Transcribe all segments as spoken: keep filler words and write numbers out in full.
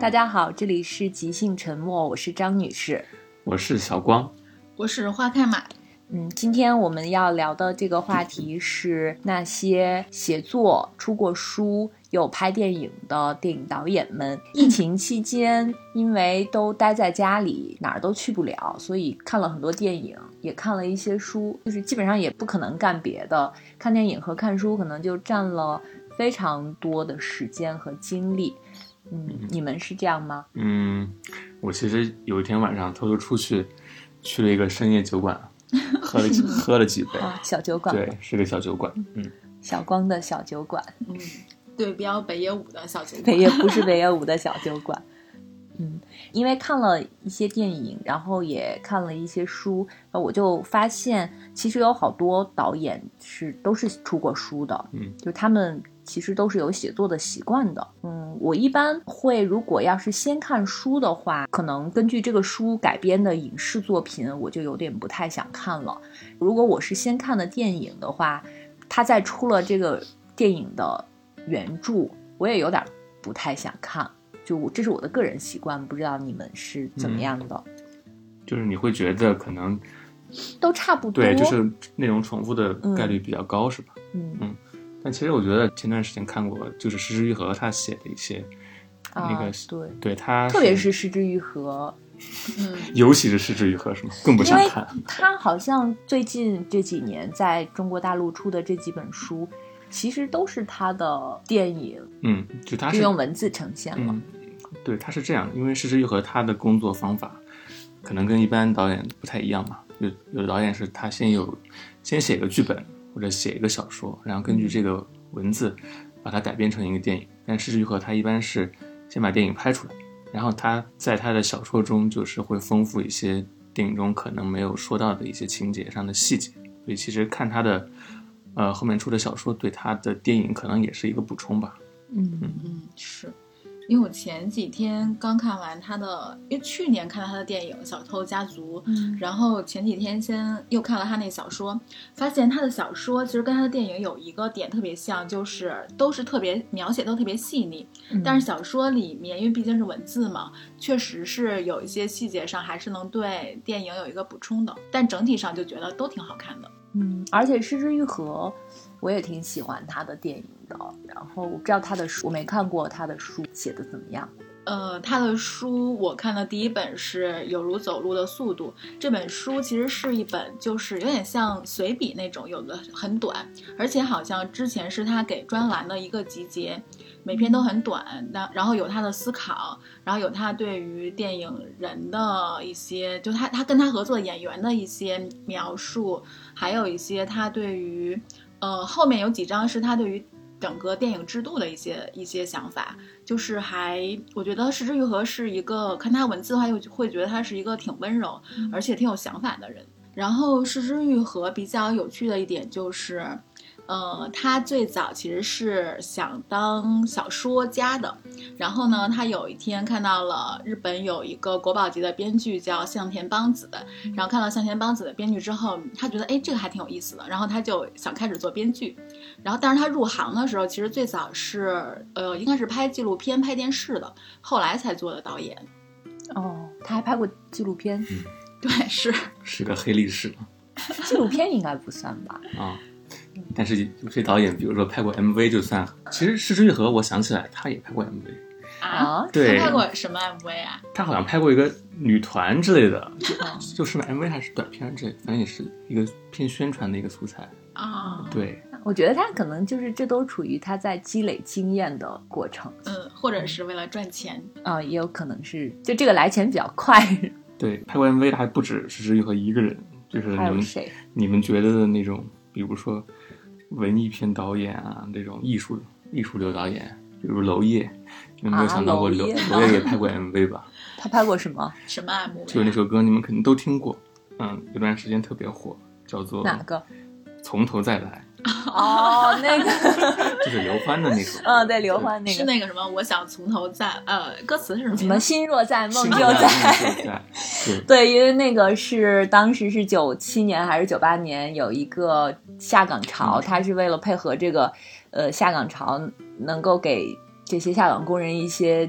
大家好，这里是即兴沉默，我是张女士， 我是小光， 我是花开马。 嗯，今天我们要聊的这个话题是那些写作、出过书又拍电影的电影导演们。疫情期间因为都待在家里，哪儿都去不了，所以看了很多电影，也看了一些书，就是基本上也不可能干别的，看电影和看书可能就占了非常多的时间和精力。嗯，你们是这样吗？ 嗯，我其实有一天晚上偷偷出去去了一个深夜酒馆，喝了几喝了几杯、 哦、小酒馆， 对，是个小酒馆。嗯， 小光的小酒馆， 嗯，对标北野武的小酒馆， 北野不是北野武的小酒馆。嗯，因为看了一些电影，然后也看了一些书，我就发现其实有好多导演是都是出过书的， 嗯， 就他们其实都是有写作的习惯的。嗯，我一般会，如果要是先看书的话，可能根据这个书改编的影视作品，我就有点不太想看了。如果我是先看的电影的话，他再出了这个电影的原著，我也有点不太想看。就这是我的个人习惯，不知道你们是怎么样的、嗯、 就是你会觉得可能都差不多， 对，就是内容重复的概率比较高、嗯、是吧？ 嗯嗯，但其实我觉得前段时间看过就是石之愈合他写的一些、啊、那个对对他特别是石之愈合， 嗯，尤其是石之愈合是吗？更不想看。 他好像最近这几年在中国大陆出的这几本书其实都是他的电影， 嗯，就他是就用文字呈现了、 嗯，对，他是这样，因为石之愈合他的工作方法可能跟一般导演不太一样嘛，有有的导演是他先有先写个剧本或者写一个小说，然后根据这个文字把它改编成一个电影，但石之愈合他一般是先把电影拍出来，然后他在他的小说中就是会丰富一些电影中可能没有说到的一些情节上的细节，所以其实看他的呃后面出的小说对他的电影可能也是一个补充吧。 嗯嗯嗯，是因为我前几天刚看完他的，因为去年看了他的电影《小偷家族》， 嗯， 然后前几天先又看了他那个小说，发现他的小说其实跟他的电影有一个点特别像，就是都是特别描写都特别细腻、嗯、但是小说里面因为毕竟是文字嘛，确实是有一些细节上还是能对电影有一个补充的，但整体上就觉得都挺好看的。 嗯，而且石之愈合我也挺喜欢他的电影的，然后我不知道他的书，我没看过他的书写的怎么样。 呃，他的书我看的第一本是《有如走路的速度》，这本书其实是一本就是有点像随笔那种，有的很短，而且好像之前是他给专栏的一个集结，每篇都很短，然后有他的思考，然后有他对于电影人的一些，就他他跟他合作的演员的一些描述，还有一些他对于呃后面有几章是他对于整个电影制度的一些一些想法，就是还我觉得石之愈合是一个看他文字的话，又会觉得他是一个挺温柔、嗯、而且挺有想法的人。然后石之愈合比较有趣的一点就是呃，他最早其实是想当小说家的，然后呢，他有一天看到了日本有一个国宝级的编剧叫向田邦子，然后看到向田邦子的编剧之后，他觉得哎，这个还挺有意思的，然后他就想开始做编剧。然后，但是他入行的时候，其实最早是呃，应该是拍纪录片、拍电视的，后来才做的导演。 哦，他还拍过纪录片？ 嗯， 对，是是个黑历史。 纪录片应该不算吧？ 啊。但是有些导演比如说拍过 M V 就算，其实石之愈合我想起来他也拍过 M V 啊， 对， 他拍过什么 M V 啊？ 他好像拍过一个女团之类的，就就是 M V 还是短片之类的，反正也是一个偏宣传的一个素材啊。 对， 我觉得他可能就是这都处于他在积累经验的过程， 嗯，或者是为了赚钱啊，也有可能是就这个来钱比较快。 对，拍过 M V 的还不止石之愈合一个人，就是你们谁你们觉得的那种，比如说文艺片导演啊，这种艺术艺术流导演，比如娄烨，你们没有想到过娄娄烨也拍过 M V 吧？ 他拍过什么？ 什么 M V？ 就那首歌你们肯定都听过，嗯，有段时间特别火，叫做哪个？ 从头再来。 哦，那个就是刘欢的那首。 嗯，对，刘欢那个是那个什么，我想从头再呃，歌词是什么？ 什么心若在，梦就在。对, 对，因为那个是当时是九七年还是九八年有一个下岗潮，他、嗯、是为了配合这个呃下岗潮，能够给这些下岗工人一些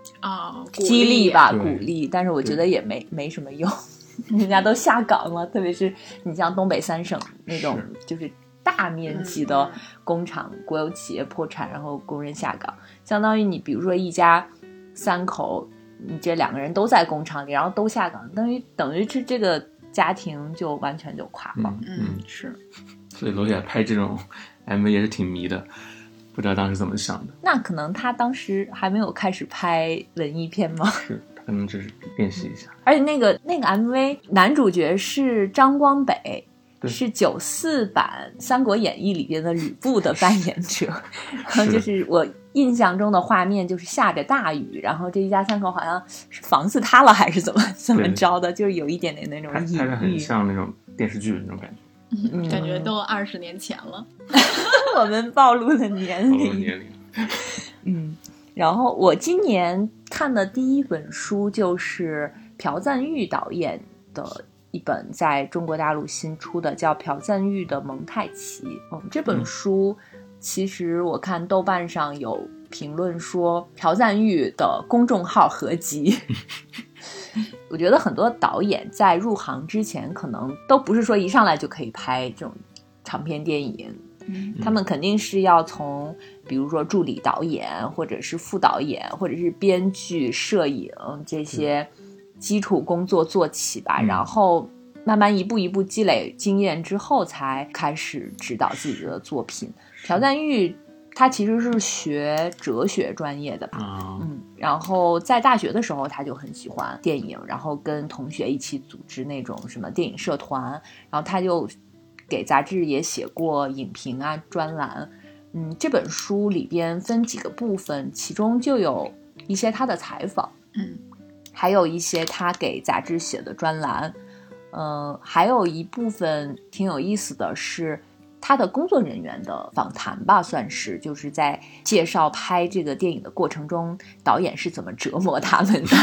啊、 激励吧， 对鼓励，但是我觉得也没没什么用，人家都下岗了，特别是你像东北三省那种就是大面积的工厂、嗯、国有企业破产，然后工人下岗，相当于你比如说一家三口，你这两个人都在工厂里，然后都下岗，等于等于是这个家庭就完全就垮了。 嗯， 嗯是。 所以娄烨拍这种 M V 也是挺迷的，不知道当时怎么想的。 那可能他当时还没有开始拍文艺片吗？ 是，他可能只是练习一下。 而且那个那个 M V 男主角是张光北，是九四版《三国演义》里边的吕布的扮演者。然后就是我印象中的画面就是下着大雨，然后这一家三口好像是房子塌了还是怎么怎么着的，就是有一点点那种隐喻， 拍的很像那种电视剧的那种感觉。 嗯、感觉都二十年前了。 我们暴露了年龄。 暴露年龄。 嗯，然后我今年看的第一本书就是朴赞郁导演的一本在中国大陆新出的，叫朴赞郁的蒙太奇。嗯，这本书其实我看豆瓣上有评论说朴赞郁的公众号合集。我觉得很多导演在入行之前可能都不是说一上来就可以拍这种长篇电影，嗯、他们肯定是要从比如说助理导演或者是副导演或者是编剧摄影这些基础工作做起吧，嗯、然后慢慢一步一步积累经验之后才开始指导自己的作品。朴赞郁他其实是学哲学专业的吧， 哦、 嗯，然后在大学的时候他就很喜欢电影，然后跟同学一起组织那种什么电影社团，然后他就给杂志也写过影评啊专栏。嗯，这本书里边分几个部分，其中就有一些他的采访， 嗯， 还有一些他给杂志写的专栏，嗯、呃，还有一部分挺有意思的是他的工作人员的访谈吧，算是就是在介绍拍这个电影的过程中导演是怎么折磨他们的。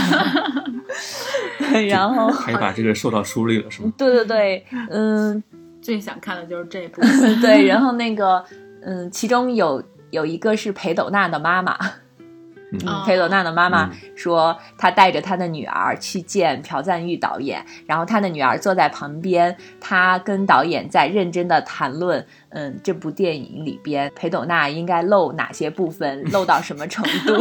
然后还把这个受到书里了是吗？ 对对对，嗯， 最想看的就是这一部分。 对，然后那个嗯，其中有有一个是裴斗娜的妈妈。嗯，裴斗娜的妈妈说她带着她的女儿去见朴赞郁导演，然后她的女儿坐在旁边，她跟导演在认真的谈论嗯，这部电影里边裴斗娜应该露哪些部分，露到什么程度。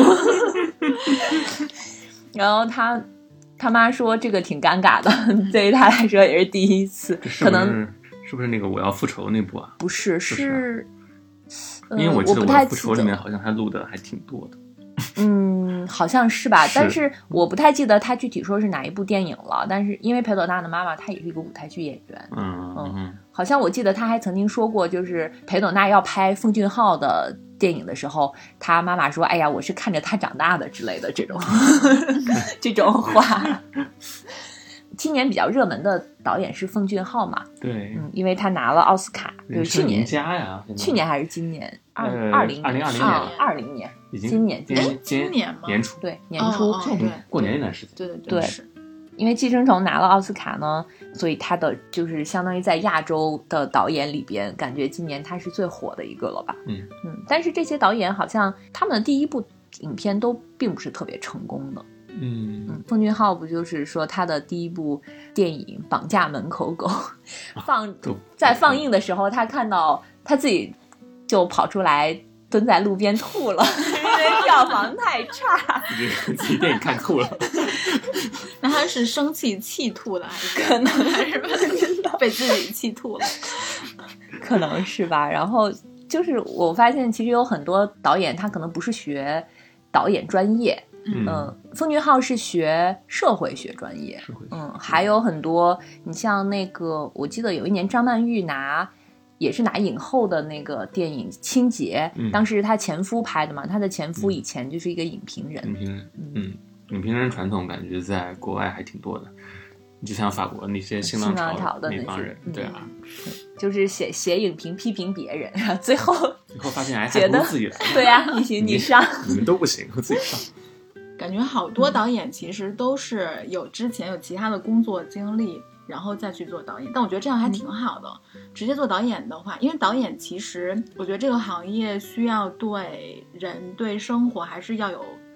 然后她他妈说这个挺尴尬的，对于她来说也是第一次。 是不是可能是不是那个我要复仇那部啊？ 不是，是、 呃、因为我记得我我要复仇里面好像他录的还挺多的。 嗯，好像是吧， 是但是我不太记得他具体说是哪一部电影了。但是因为裴斗娜的妈妈她也是一个舞台剧演员， 嗯嗯， 好像我记得他还曾经说过，就是裴斗娜要拍奉俊昊的电影的时候，他妈妈说：“哎呀，我是看着他长大的”之类的这种这种话。今年比较热门的导演是奉俊昊嘛？ 对， 嗯，因为他拿了奥斯卡，就是去年家呀， 去年还是今年？二呃二零二零二零年， 年， 二零年， 已经今年， 今哎，今年吗？ 年初， 对，年初， 哦哦对， 过年那段时间， 对对对是。 因为《寄生虫》拿了奥斯卡呢，所以他的就是相当于在亚洲的导演里边，感觉今年他是最火的一个了吧？ 嗯嗯，但是这些导演好像他们的第一部影片都并不是特别成功的。 嗯嗯，奉俊昊不就是说他的第一部电影《绑架门口狗》放在放映的时候，他看到他自己就跑出来蹲在路边吐了，因为票房太差。 自己电影看吐了。 那他是生气气吐的，还是可能还是被自己气吐了？ 可能是吧。然后就是我发现，其实有很多导演他可能不是学导演专业。 嗯， 呃，奉俊昊是学社会学专业，嗯，还有很多，你像那个，我记得有一年张曼玉拿，也是拿影后的那个电影《清洁》， 嗯， 当时她前夫拍的嘛，她的前夫以前就是一个影评人， 影评人，嗯，影评人传统感觉在国外还挺多的，就像法国那些新浪潮的那帮人， 嗯、 对啊， 就是写写影评批评别人，然后最后最后发现哎， 觉得还不如自己来， 对呀、啊，你行你上， 你们都不行，我自己上。 感觉好多导演其实都是有之前有其他的工作经历，然后再去做导演，但我觉得这样还挺好的。嗯、直接做导演的话，因为导演其实我觉得这个行业需要对人对生活还是要有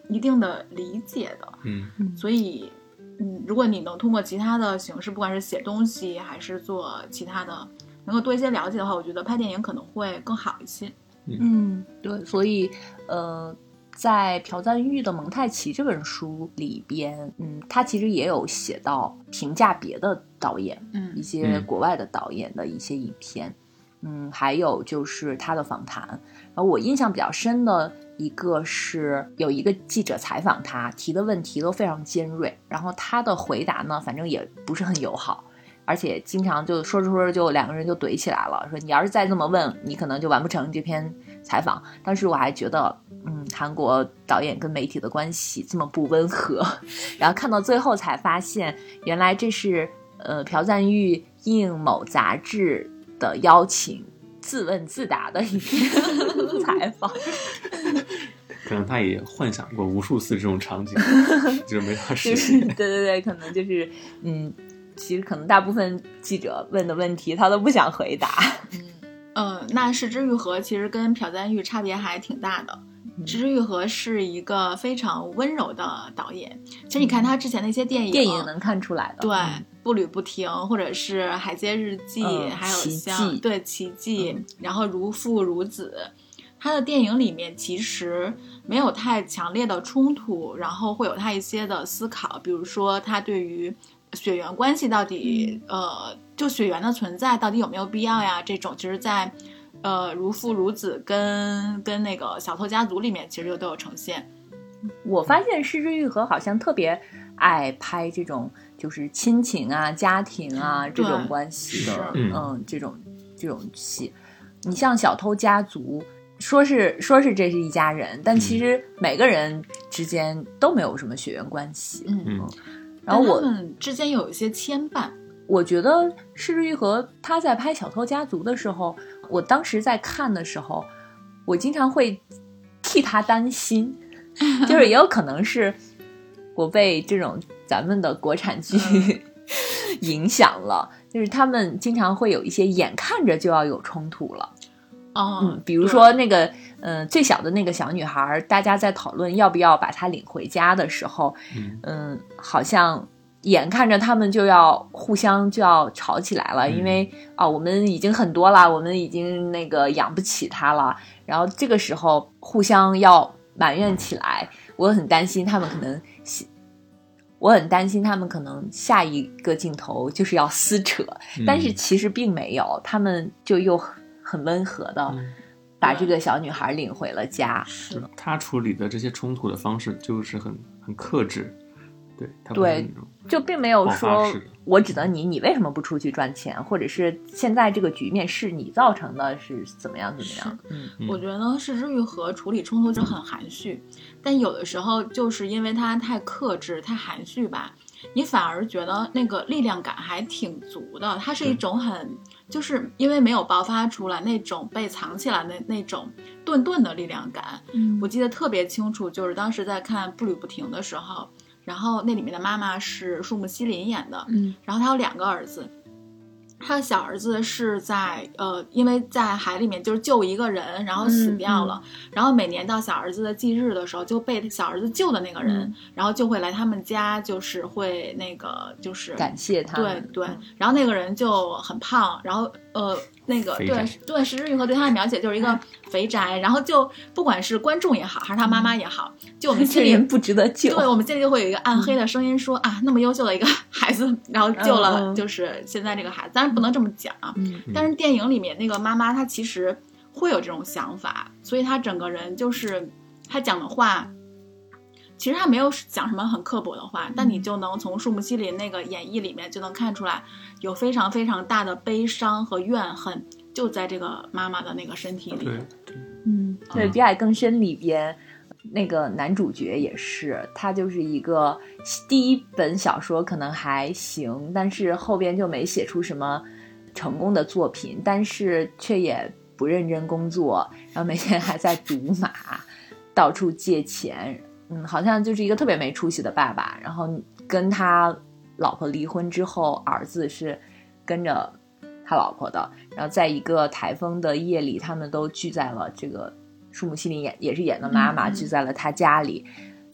一定的理解的。 嗯， 所以嗯，如果你能通过其他的形式，不管是写东西还是做其他的，能够多一些了解的话，我觉得拍电影可能会更好一些。 嗯，对，所以呃，在朴赞郁的《蒙太奇》这本书里边，嗯，他其实也有写到评价别的导演， 嗯一些国外的导演的一些影片，嗯，还有就是他的访谈。然后我印象比较深的一个是有一个记者采访他，提的问题都非常尖锐，然后他的回答呢，反正也不是很友好。而且经常就说着说着就两个人就怼起来了，说你要是再这么问，你可能就完不成这篇采访。当时我还觉得，嗯，韩国导演跟媒体的关系这么不温和，然后看到最后才发现，原来这是呃朴赞郁应某杂志的邀请自问自答的一篇采访。 可能他也幻想过无数次这种场景，就是没法实现。 对对对，可能就是嗯。其实可能大部分记者问的问题他都不想回答。 嗯，呃，那是枝裕和其实跟朴赞郁差别还挺大的。是枝裕和是一个非常温柔的导演，其实你看他之前那些电影， 电影能看出来的。 对， 嗯、 步履不停，或者是海街日记， 嗯、 还有像奇迹对奇迹、 嗯， 然后如父如子。他的电影里面其实没有太强烈的冲突，然后会有他一些的思考，比如说他对于血缘关系到底、嗯、呃，就血缘的存在到底有没有必要呀？这种其实在呃如父如子跟跟那个小偷家族里面其实都有呈现。 我发现是枝裕和好像特别爱拍这种就是亲情啊、家庭啊这种关系的，嗯、呃，这种这种戏。你像小偷家族。说是说是这是一家人，但其实每个人之间都没有什么血缘关系。 嗯嗯，然后我他们之间有一些牵绊。 我觉得是枝裕和他在拍《小偷家族》的时候，我当时在看的时候，我经常会替他担心，就是也有可能是我被这种咱们的国产剧影响了，就是他们经常会有一些眼看着就要有冲突了。 哦、 嗯，比如说那个，嗯、呃，最小的那个小女孩，大家在讨论要不要把她领回家的时候，嗯、呃，好像眼看着他们就要互相就要吵起来了，嗯、因为啊、哦，我们已经很多了，我们已经那个养不起她了，然后这个时候互相要埋怨起来，我很担心他们可能，我很担心他们可能下一个镜头就是要撕扯，嗯、但是其实并没有，他们就又。很温和的把这个小女孩领回了家。 是他处理的这些冲突的方式就是很很克制，对，他不是那种就并没有说我指责你，你为什么不出去赚钱，或者是现在这个局面是你造成的，是怎么样怎么样。 嗯，我觉得是枝裕和处理冲突就很含蓄，但有的时候就是因为他太克制太含蓄吧，你反而觉得那个力量感还挺足的，它是一种很就是因为没有爆发出来那种被藏起来的那种顿顿的力量感。嗯，我记得特别清楚，就是当时在看步履不停的时候，然后那里面的妈妈是树木希林演的，嗯，然后她有两个儿子，他的小儿子是在呃，因为在海里面就是救一个人，然后死掉了、嗯嗯、然后每年到小儿子的忌日的时候，就被小儿子救的那个人、嗯、然后就会来他们家，就是会那个就是感谢他对对，然后那个人就很胖，然后呃那个对对是枝裕和对他的描写就是一个肥宅，然后就不管是观众也好还是他妈妈也好，就我们心里人不值得救， 对我们心里就会有一个暗黑的声音说、嗯、啊，那么优秀的一个孩子，然后救了就是现在这个孩子，当然不能这么讲啊、嗯、但是电影里面那个妈妈她其实会有这种想法，所以她整个人就是她讲的话其实她没有讲什么很刻薄的话，但你就能从树木希林那个演绎里面就能看出来有非常非常大的悲伤和怨恨就在这个妈妈的那个身体里。 对对， 嗯，对，比海更深里边那个男主角也是，他就是一个第一本小说可能还行，但是后边就没写出什么成功的作品，但是却也不认真工作，然后每天还在赌马到处借钱，嗯，好像就是一个特别没出息的爸爸。然后跟他老婆离婚之后，儿子是跟着他老婆的，然后在一个台风的夜里，他们都聚在了这个树木希林演也是演的妈妈、嗯、聚在了他家里，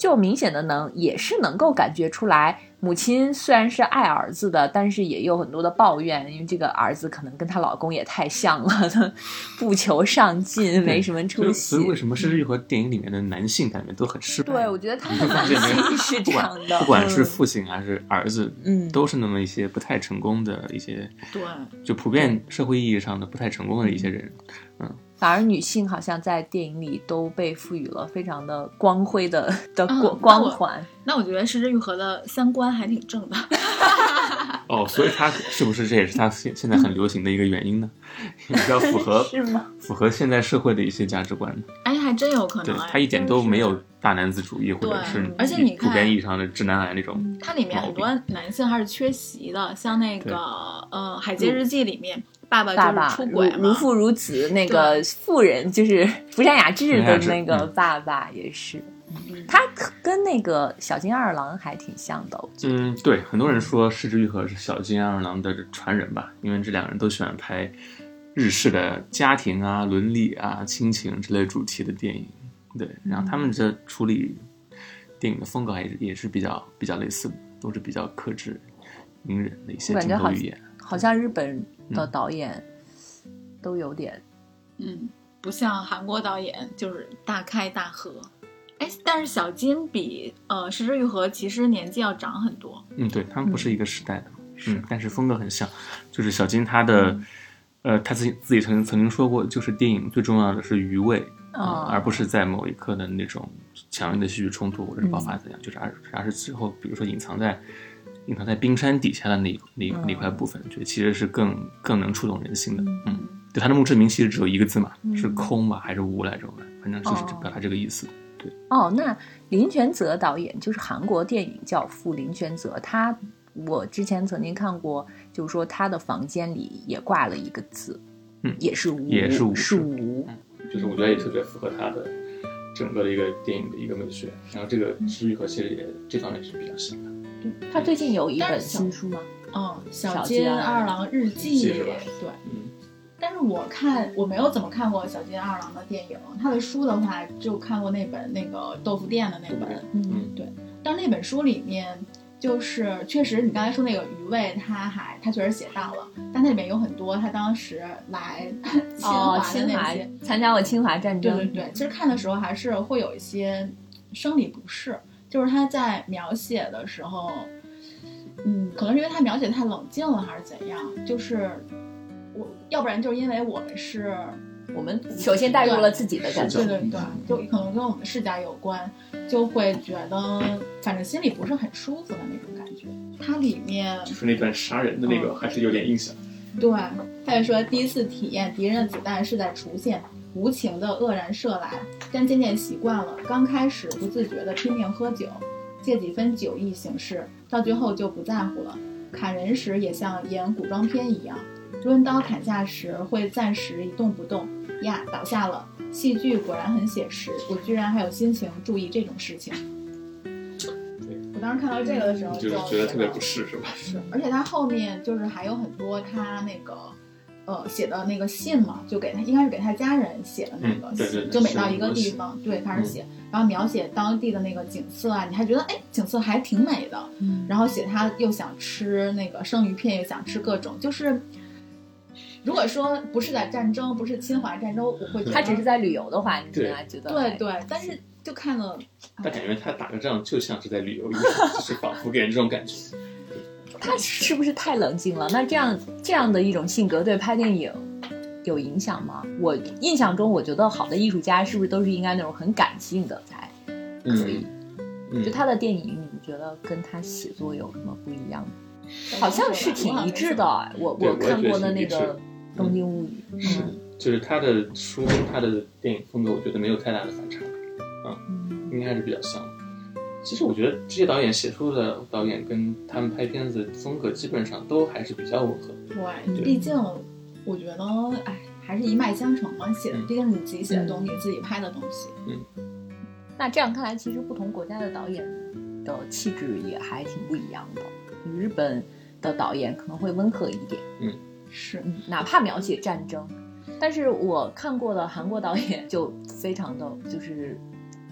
就明显的能也是能够感觉出来，母亲虽然是爱儿子的，但是也有很多的抱怨，因为这个儿子可能跟她老公也太像了，他不求上进，没什么出息。 所以为什么《失之愈合》电影里面的男性感觉都很失败？ 对，我觉得他们男性是这样的， 不管是父亲还是儿子， 嗯， 都是那么一些不太成功的一些， 对， 就普遍社会意义上的不太成功的一些人，嗯。 反而女性好像在电影里都被赋予了非常的光辉的的光、 嗯、 光环。 那我觉得失之愈合的三观还挺正的。 哦，所以他是不是这也是他现现在很流行的一个原因呢？比较符合是吗？ 符合现在社会的一些价值观。 哎，还真有可能、 对， 哎。 他一点都没有大男子主义，或者是而且你看普遍意义上的直男癌那种。 它里面很多男性还是缺席的，像那个呃《海街日记》里面。爸爸就是出轨嘛， 如父如子，那个妇人就是福山雅治的那个爸爸也是，嗯、他跟那个小津安二郎还挺像的。 嗯，对，很多人说失之愈合是小津安二郎的传人吧，因为这两个人都喜欢拍日式的家庭啊、伦理啊、亲情之类主题的电影。对，然后他们这处理电影的风格也也是比较比较类似的，都是比较克制、隐忍的一些镜头语言。 好像日本的导演都有点， 嗯，不像韩国导演就是大开大合。哎，但是小津比呃失之愈合其实年纪要长很多。 嗯，对，他们不是一个时代的嘛，嗯，嗯但是风格很像。就是小津他的，嗯、呃，他自己自己曾曾经说过，就是电影最重要的是余味， 哦嗯、而不是在某一刻的那种强烈的戏剧冲突或者爆发怎样，嗯、就是而而是之后，比如说隐藏在。隐藏在冰山底下的那那那块部分，觉得其实是更更能触动人心的。嗯，对，他的墓志铭其实只有一个字嘛，嗯、是空吧还是无来着？反正就是表达这个意思。对。 哦，那林权泽导演就是韩国电影教父林权泽，他我之前曾经看过，就是说他的房间里也挂了一个字， 嗯， 也是无， 也是无， 是无。 嗯，就是我觉得也特别符合他的整个的一个电影的一个美学。然后这个失之愈合其实也这方面是比较像的。 他最近有一本新书吗？ 嗯，小津二郎日记， 是吧？ 对， 嗯。 但是我看我没有怎么看过小津二郎的电影，他的书的话就看过那本那个豆腐店的那本，嗯，对。但是那本书里面就是确实你刚才说那个余味，他还他确实写到了，但那里面有很多他当时来清华的那些、 哦、参加过清华战争， 对对对，其实看的时候还是会有一些生理不适。就是他在描写的时候，嗯，可能是因为他描写太冷静了，还是怎样？就是我，要不然就是因为我们是， 我们首先带入了自己的感受， 对对对，就可能跟我们的视角有关，就会觉得反正心里不是很舒服的那种感觉。它里面就是那段杀人的那个，嗯、还是有点印象。 对，他就说第一次体验敌人的子弹是在出现。无情的愕然射来，但渐渐习惯了。刚开始不自觉地拼命喝酒，借几分酒意行事，到最后就不在乎了。砍人时也像演古装片一样，抡刀砍下时会暂时一动不动，呀，倒下了。戏剧果然很写实，我居然还有心情注意这种事情。我当时看到这个的时候就， 就觉得特别不适，是吧？ 是，而且他后面就是还有很多他那个。呃，写的那个信嘛，就给他应该是给他家人写的那个信， 嗯、对对对， 就每到一个地方，对开始写、嗯，然后描写当地的那个景色啊，你还觉得哎，景色还挺美的。嗯，然后写他又想吃那个生鱼片，又想吃各种，就是如果说不是在战争，不是侵华战争，我会觉得他只是在旅游的话，你应该觉得对对，但是就看了， 但感觉他打个仗就像是在旅游一样，就是仿佛给人这种感觉。 他是不是太冷静了？那这样这样的一种性格对拍电影有影响吗？我印象中，我觉得好的艺术家是不是都是应该那种很感性的才可以？嗯嗯、就他的电影，你们觉得跟他写作有什么不一样吗？好像是挺一致的。我我看过的那个《东京物语》， 嗯，是，就是他的书跟他的电影风格，我觉得没有太大的反差，嗯，应该还是比较像的。其实我觉得这些导演写书的导演跟他们拍片子的风格基本上都还是比较吻合。 对，毕竟我觉得，哎，还是一脉相承嘛。写的毕竟是你自己写的东西，嗯、自己拍的东西。 嗯。 那这样看来，其实不同国家的导演的气质也还挺不一样的。日本的导演可能会温和一点， 嗯， 是， 嗯，哪怕描写战争，但是我看过的韩国导演就非常的就是。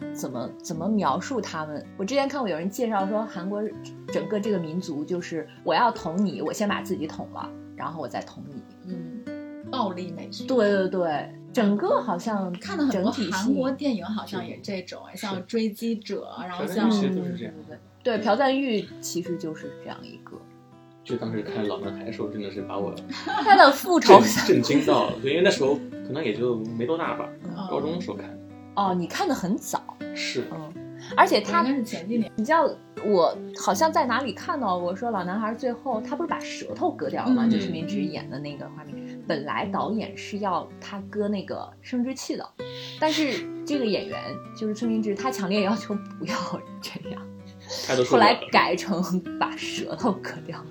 怎么怎么描述他们。我之前看过有人介绍说，韩国整个这个民族就是我要捅你，我先把自己捅了，然后我再捅你。 嗯，暴力美学。 对对对，整个好像看了很多整体韩国电影，好像也这种，像《追击者》，然后像其实就是这样。 对，朴赞郁其实就是这样一个。 就当时看《老男孩》的时候，真的是把我他的复仇震惊到了。对，因为那时候可能也就没多大吧，高中的时候看。 哦，你看的很早。 是， 嗯，而且他应该是前几年。 你知道，我好像在哪里看到我说老男孩最后他不是把舌头割掉了吗？ 嗯、 就崔明植演的那个画面，本来导演是要他割那个生殖器的，但是这个演员就是崔明植，他强烈要求不要这样，后来改成把舌头割掉。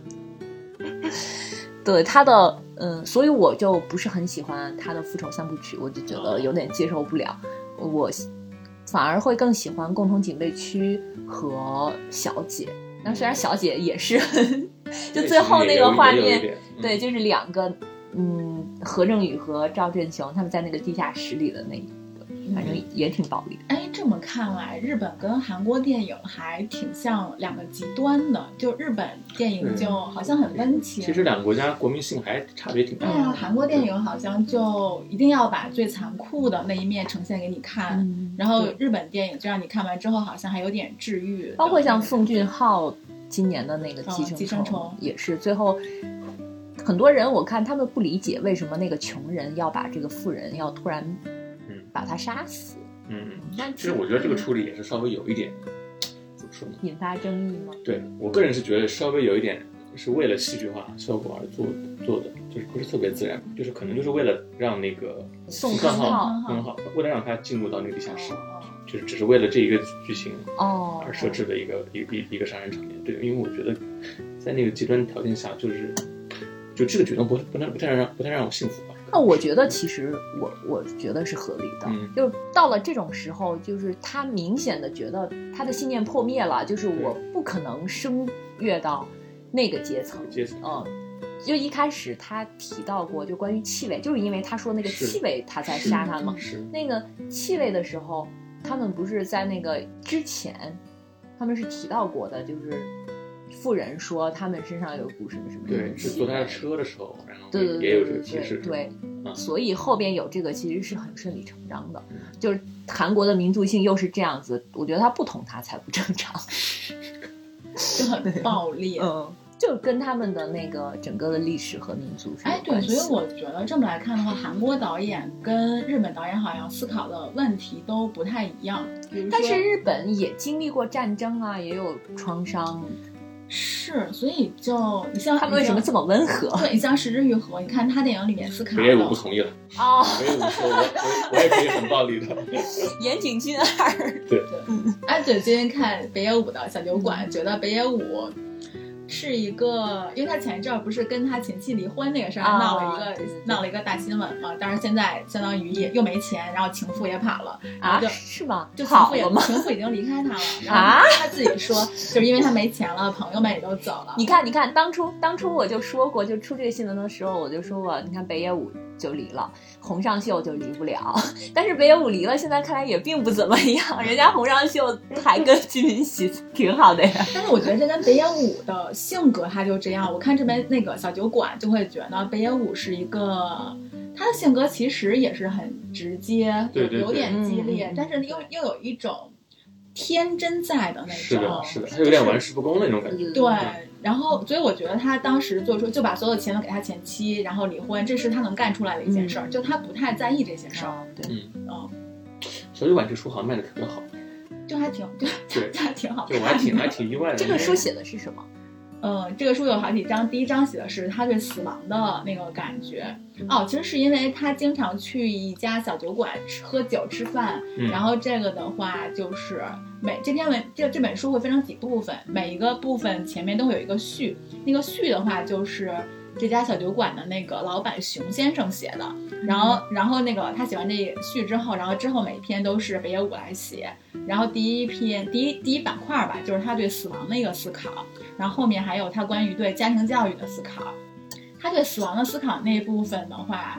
对他的嗯，所以我就不是很喜欢他的复仇三部曲，我就觉得有点接受不了。我反而会更喜欢共同警备区和小姐。那虽然小姐也是很就最后那个画面，对，就是两个嗯，何正宇和赵振雄他们在那个地下室里的那一个，反正也挺暴力的。 哎，这么看来，日本跟韩国电影还挺像两个极端的。就日本电影就好像很温情， 其实两个国家国民性还差别挺大的。 对啊，韩国电影好像就一定要把最残酷的那一面呈现给你看，嗯、然后日本电影就让你看完之后好像还有点治愈。 包括像奉俊昊今年的那个寄生虫， 寄生虫也是最后。很多人我看他们不理解为什么那个穷人要把这个富人要突然把他杀死。 嗯，但其实我觉得这个处理也是稍微有一点怎么说呢？ 引发争议吗？ 对，我个人是觉得稍微有一点是为了戏剧化效果而做做的，就是不是特别自然，就是可能就是为了让那个宋康昊很好，为了让他进入到那个地下室，哦、就是只是为了这一个剧情哦而设置的一个、哦、一个一个杀人场面。对，因为我觉得在那个极端条件下，就是就这个举动不不太不太让不太让我幸福吧。 那我觉得其实我我觉得是合理的， 嗯、 就到了这种时候，就是他明显的觉得他的信念破灭了，就是我不可能升跃到那个阶层。 阶层， 嗯，就一开始他提到过，就关于气味，就是因为他说那个气味他在杀他嘛。 是那个气味的时候，他们不是在那个之前，他们是提到过的，就是妇人说他们身上有股什么什么。 对，是坐他的车的时候，然后对对对也有这个提示。 对。对嗯、 所以后边有这个其实是很顺理成章的， 嗯、 就是韩国的民族性又是这样子，我觉得他不捅他才不正常， 就很暴力， 嗯，就跟他们的那个整个的历史和民族是有哎，对，所以我觉得这么来看的话，韩国导演跟日本导演好像思考的问题都不太一样。比如说， 但是日本也经历过战争啊，也有创伤。 是，所以就你像他们为什么这么温和？ 对，你像《十之愈合》，你看他电影里面思考的。 北野武不同意了哦， 北野武说我我我也可以很暴力的。 岩井俊二， 对对， 嗯，哎，对，最近看北野武的小酒馆，觉得北野武是一个，因为他前一阵儿不是跟他前妻离婚那个事儿、啊、闹了一个对对对闹了一个大新闻嘛，但是现在相当于也又没钱，然后情妇也跑了啊，是吗？ 就情妇也情妇已经离开他了，然后他自己说，就是因为他没钱了，朋友们也都走了。 你看，你看，当初当初我就说过，就出这个新闻的时候，我就说过，你看北野武就离了，洪尚秀就离不了，但是北野武离了，现在看来也并不怎么样，人家洪尚秀还跟金敏喜挺好的呀。 但是我觉得这跟北野武的性格他就这样，我看这边那个小酒馆就会觉得北野武是一个，他的性格其实也是很直接， 对对对有点激烈，嗯、但是又又有一种天真在的那种， 是的，是的，他有点玩世不恭的那种感觉。 对，然后所以我觉得他当时做出就把所有钱都给他前妻，然后离婚，这是他能干出来的一件事儿，嗯、就他不太在意这些事儿。 对， 嗯嗯， 小酒馆这书好像卖的特别好， 就还挺对， 对， 还挺好看的， 对，我还挺还挺意外的。 这个书写的是什么？ 嗯，这个书有好几章，第一章写的是他对死亡的那个感觉。哦，其实是因为他经常去一家小酒馆吃喝酒吃饭， 嗯、 然后这个的话就是每这篇文这这本书会分成几部分，每一个部分前面都会有一个序，那个序的话就是这家小酒馆的那个老板熊先生写的，然后然后那个他写完这序之后，然后之后每一篇都是北野武来写，然后第一篇第一第一板块吧，就是他对死亡的一个思考，然后后面还有他关于对家庭教育的思考。他对死亡的思考那一部分的话，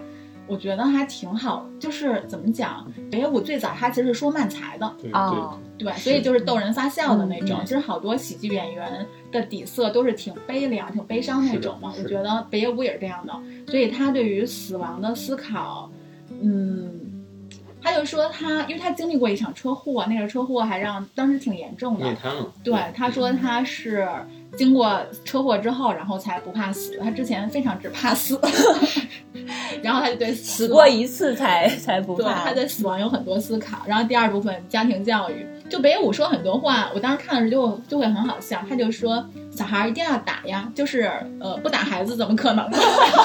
我觉得还挺好，就是怎么讲，北野武最早他其实是说漫才的， 对哦对对，所以就是逗人发笑的那种。 嗯其实好多喜剧演员的底色都是挺悲凉、挺悲伤那种嘛。我觉得北野武也是这样的，所以他对于死亡的思考，嗯，他就说他，因为他经历过一场车祸，那个车祸还让当时挺严重的面。瘫了。 对，他说他是经过车祸之后，然后才不怕死，他之前非常只怕死。然后他就对死过一次才才不对， 怕。 他对死亡有很多思考。然后第二部分家庭教育，就北野武说很多话，我当时看的时候就就会很好笑。他就说小孩一定要打呀，就是呃不打孩子怎么可能呢？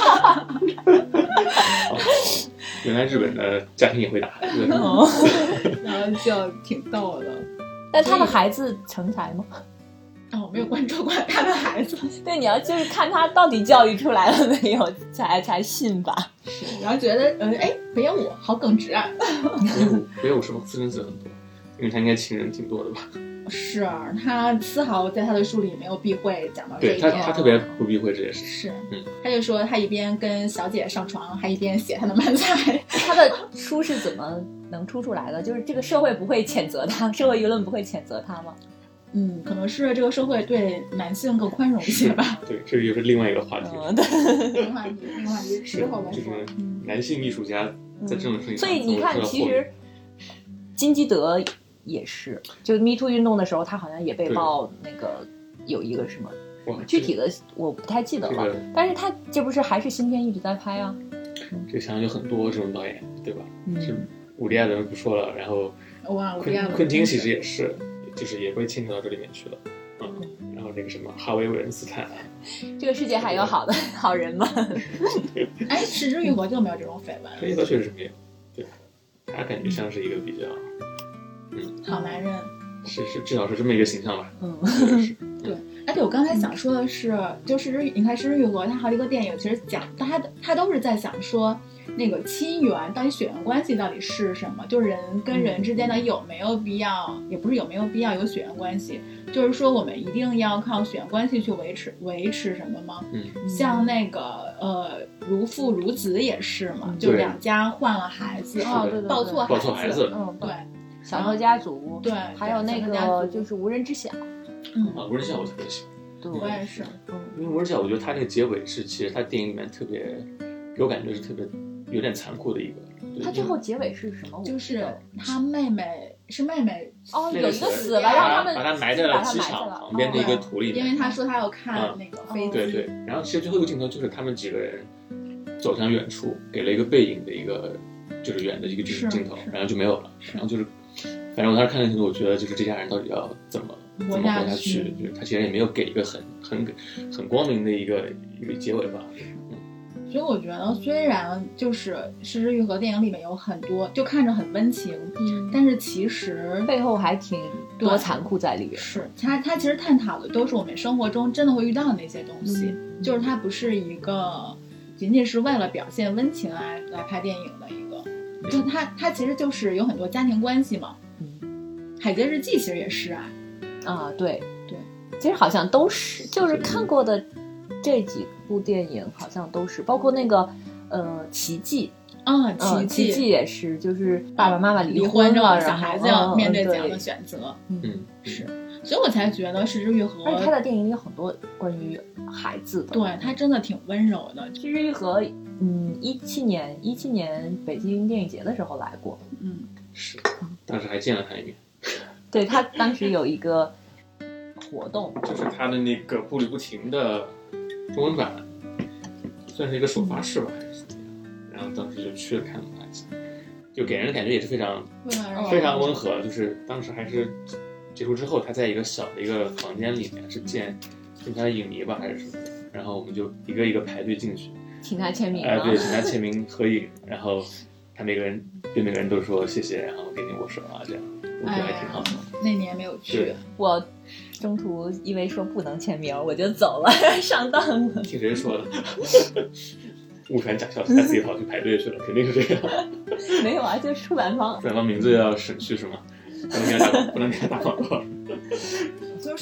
哦原来日本的家庭也会打孩子。 哦然后就挺逗的。 但他的孩子成才吗？ 哦，我没有关注过他的孩子。 对，你要就是看他到底教育出来了没有，才才信吧。 是，然后觉得呃，哎，北野武好耿直啊。 北野武北野武是不是私生子很多？因为他应该情人挺多的吧？ 是他丝毫在他的书里没有避讳讲到这对他， 一点。 他特别不避讳这件事。 是， 嗯， 他就说他一边跟小姐上床，还一边写他的漫才。 他的书是怎么能出出来的？就是这个社会不会谴责他，社会舆论不会谴责他吗？ 嗯，可能是这个社会对男性更宽容一些吧。 对，这又是另外一个话题。 嗯，对。 另外一另外一之后再就是说。 男性艺术家在这种事情上， 所以你看，其实金基德也是，就 Me Too 运动的时候，他好像也被曝那个有一个什么具体的我不太记得了， 这个、 但是他这不是还是新片一直在拍啊？ 这个想想有很多这种导演，对吧？ 嗯， 是伍迪·艾伦不说了，然后哇， 昆昆汀其实也是，就是也会牵扯到这里面去了。嗯，然后那个什么哈维·韦恩斯坦啊， 这个世界还有好的好人吗？ 哎，石之予和就没有这种绯闻。 这个确实没有，对，他感觉像是一个比较， 嗯，好男人， 是是至少是这么一个形象吧。 嗯， 对。而且我刚才想说的是，就是你看石之予和他好几个电影，其实讲他他都是在想说，那个亲缘到底血缘关系到底是什么？就是人跟人之间的有没有必要，也不是有没有必要有血缘关系，就是说我们一定要靠血缘关系去维持维持什么吗？ 嗯， 像那个呃如父如子也是嘛， 嗯、 就两家换了孩子， 哦，对对对， 抱错抱错孩子， 嗯， 对， 小偷家族， 对， 还有那个就是无人知晓。 嗯啊，无人知晓我特别喜欢， 对， 我也是， 嗯， 因为无人知晓，我觉得他这个结尾是，其实他电影里面特别给我感觉是特别有点残酷的一个。 他最后结尾是什么？ 就是他妹妹是妹妹哦，有一个死了，让他们把他埋在了机场旁边的一个土里面， 因为他说他要看那个飞机。 对对，然后其实最后一个镜头就是他们几个人走向远处，给了一个背影的一个就是远的一个镜镜头，然后就没有了，然后就是。反正我当时看那镜头，我觉得就是这家人到底要怎么怎么活下去，就是他其实也没有给一个很很很光明的一个一个结尾吧。 嗯，所以我觉得虽然就是《石之予和》电影里面有很多就看着很温情，嗯，但是其实背后还挺多残酷在里边。 是他他其实探讨的都是我们生活中真的会遇到的那些东西，嗯、就是它不是一个仅仅是为了表现温情来来拍电影的一个，就它它其实就是有很多家庭关系嘛。海街日记其实也是啊， 啊对对， 其实好像都是，就是看过的这几部电影好像都是，包括那个呃奇迹啊， 奇迹、 嗯、奇迹也是，就是爸爸妈妈离婚了， 小孩子要面对怎样的选择， 嗯， 是，所以我才觉得石之予和， 而且他的电影里有很多关于孩子的， 对他真的挺温柔的。 石之予和，嗯，一七年一七年北京电影节的时候来过， 嗯， 是，当时还见了他一面。 对，他当时有一个活动， 就是他的那个步履不停的中文版，算是一个首发式吧，还是怎么样？然后当时就去了看了他一下，就给人的感觉也是非常非常温和。就是当时还是结束之后，他在一个小的一个房间里面，是见跟他的影迷吧还是什么的，然后我们就一个一个排队进去， 请他签名， 哎、呃，对，请他签名合影，然后他每个人对每个人都说谢谢，然后给你握手啊，这样。我觉得还挺好的、 哎。那年没有去， 我中途因为说不能签名，我就走了，上当了。 听谁说的？误传假消息，他自己跑去排队去了，肯定是这样。 没有啊，就是出版方， 出版方名字要省去是吗？不能给他打，不能给他打广告。 就是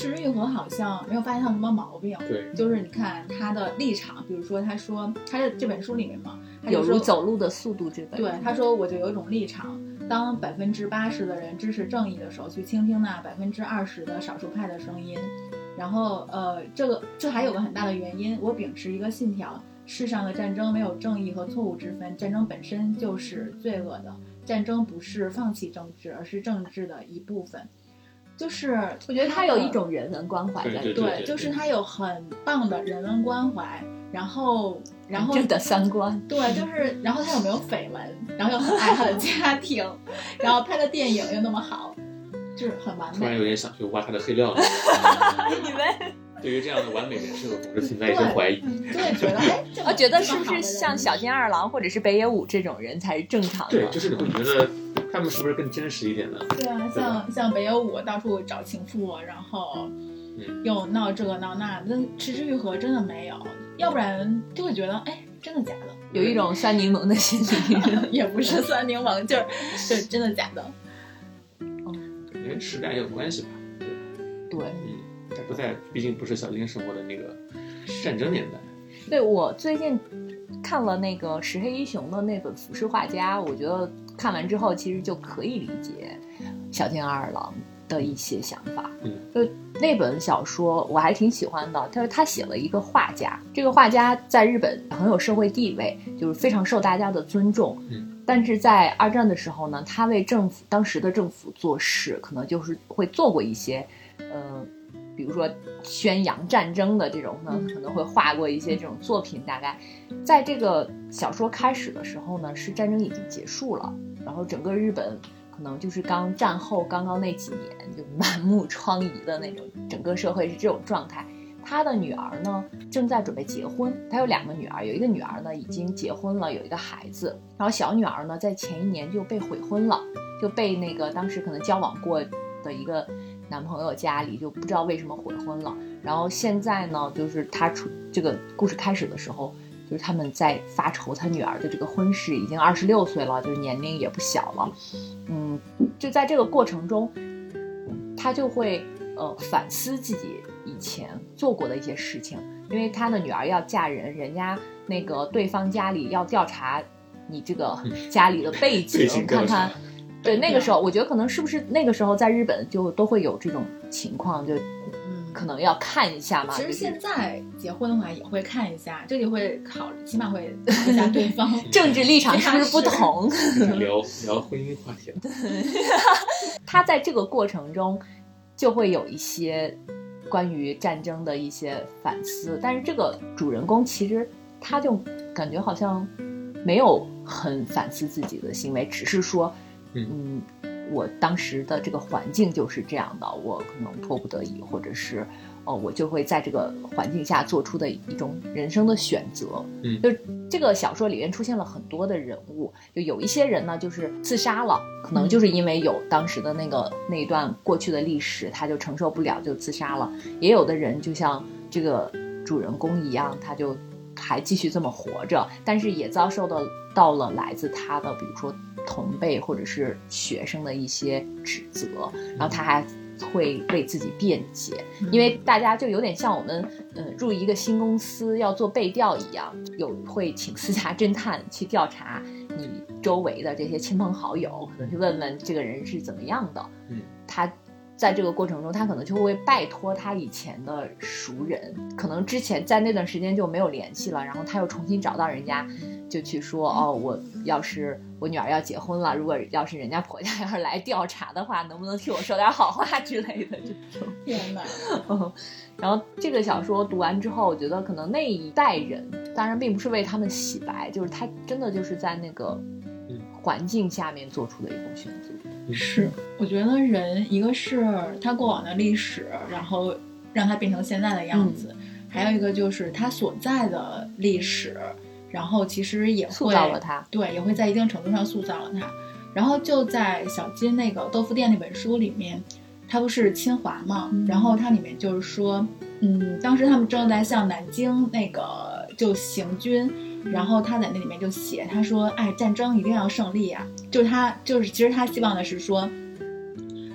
石玉和好像没有发现他有什么毛病， 对， 就是你看他的立场，比如说他说他在这本书里面嘛，他就有说如走路的速度这本， 对，他说我就有一种立场，当百分之八十的人支持正义的时候，去倾听那百分之二十的少数派的声音。然后呃，这个这还有个很大的原因，我秉持一个信条：世上的战争没有正义和错误之分，战争本身就是罪恶的。战争不是放弃政治，而是政治的一部分。就是我觉得他有一种人文关怀在里面， 对对对对，就是他有很棒的人文关怀，然后然后正的三观， 对，就是然后他有没有绯闻，然后又很爱他的家庭，然后拍的电影又那么好，就是很完美。 突然有点想去挖他的黑料了。 你们对于这样的完美人设，我是存在一些怀疑。 对，觉得哎， 我觉得是不是像小津安二郎或者是北野武这种人才是正常的？ 对，就是你会觉得他们是不是更真实一点呢？ 对啊，像像北野武到处找情妇，然后又闹这个闹那，那石之愈合真的没有，要不然就会觉得哎，真的假的？ 有一种酸柠檬的心理， 也不是酸柠檬，就是就是真的假的。 跟时代有关系吧？ 对， 嗯，它不在，毕竟不是小津生活的那个战争年代。 对，我最近看了那个石黑一雄的那本《浮世画家》，我觉得看完之后其实就可以理解小津安二郎的一些想法。 嗯， 就那本小说我还挺喜欢的，他说他写了一个画家，这个画家在日本很有社会地位，就是非常受大家的尊重。 嗯。 但是在二战的时候呢，他为政府当时的政府做事，可能就是会做过一些，呃，比如说宣扬战争的这种呢，可能会画过一些这种作品。大概在这个小说开始的时候呢，是战争已经结束了，然后整个日本可能就是刚战后刚刚那几年就满目疮痍的那种，整个社会是这种状态。他的女儿呢正在准备结婚，他有两个女儿，有一个女儿呢已经结婚了，有一个孩子，然后小女儿呢在前一年就被悔婚了，就被那个当时可能交往过的一个男朋友家里就不知道为什么悔婚了。然后现在呢就是他出这个故事开始的时候，就是他们在发愁他女儿的这个婚事，已经二十六岁了，就是年龄也不小了。嗯，就在这个过程中他就会呃反思自己以前做过的一些事情，因为他的女儿要嫁人，人家那个对方家里要调查你这个家里的背景，嗯、看看。对，那个时候我觉得可能是不是那个时候在日本就都会有这种情况，就可能要看一下嘛。 其实现在结婚的话也会看一下，这里会考虑，起码会考一下对方政治立场是不是不同。 聊聊婚姻话题了。 他在这个过程中就会有一些关于战争的一些反思，但是这个主人公其实他就感觉好像没有很反思自己的行为，只是说嗯，我当时的这个环境就是这样的，我可能迫不得已，或者是哦，我就会在这个环境下做出的一种人生的选择。 嗯， 就这个小说里面出现了很多的人物，就有一些人呢就是自杀了，可能就是因为有当时的那个那一段过去的历史，他就承受不了就自杀了。也有的人就像这个主人公一样，他就还继续这么活着，但是也遭受到到了来自他的比如说同辈或者是学生的一些指责，然后他还会为自己辩解，因为大家就有点像我们嗯入一个新公司要做背调一样，有会请私家侦探去调查你周围的这些亲朋好友，可能去问问这个人是怎么样的。 嗯， 他在这个过程中他可能就会拜托他以前的熟人，可能之前在那段时间就没有联系了，然后他又重新找到人家，就去说哦，我要是我女儿要结婚了，如果要是人家婆家要是来调查的话，能不能替我说点好话之类的这种。 天哪！ 然后这个小说读完之后，我觉得可能那一代人当然并不是为他们洗白，就是他真的就是在那个环境下面做出的一种选择。 是，我觉得人一个是他过往的历史，然后让他变成现在的样子，嗯、还有一个就是他所在的历史，然后其实也会塑造了他， 对，也会在一定程度上塑造了他。然后就在小金那个豆腐店那本书里面，他不是侵华嘛，嗯、然后它里面就是说，嗯，当时他们正在向南京那个就行军。然后他在那里面就写，他说哎，战争一定要胜利啊，就是他就是其实他希望的是说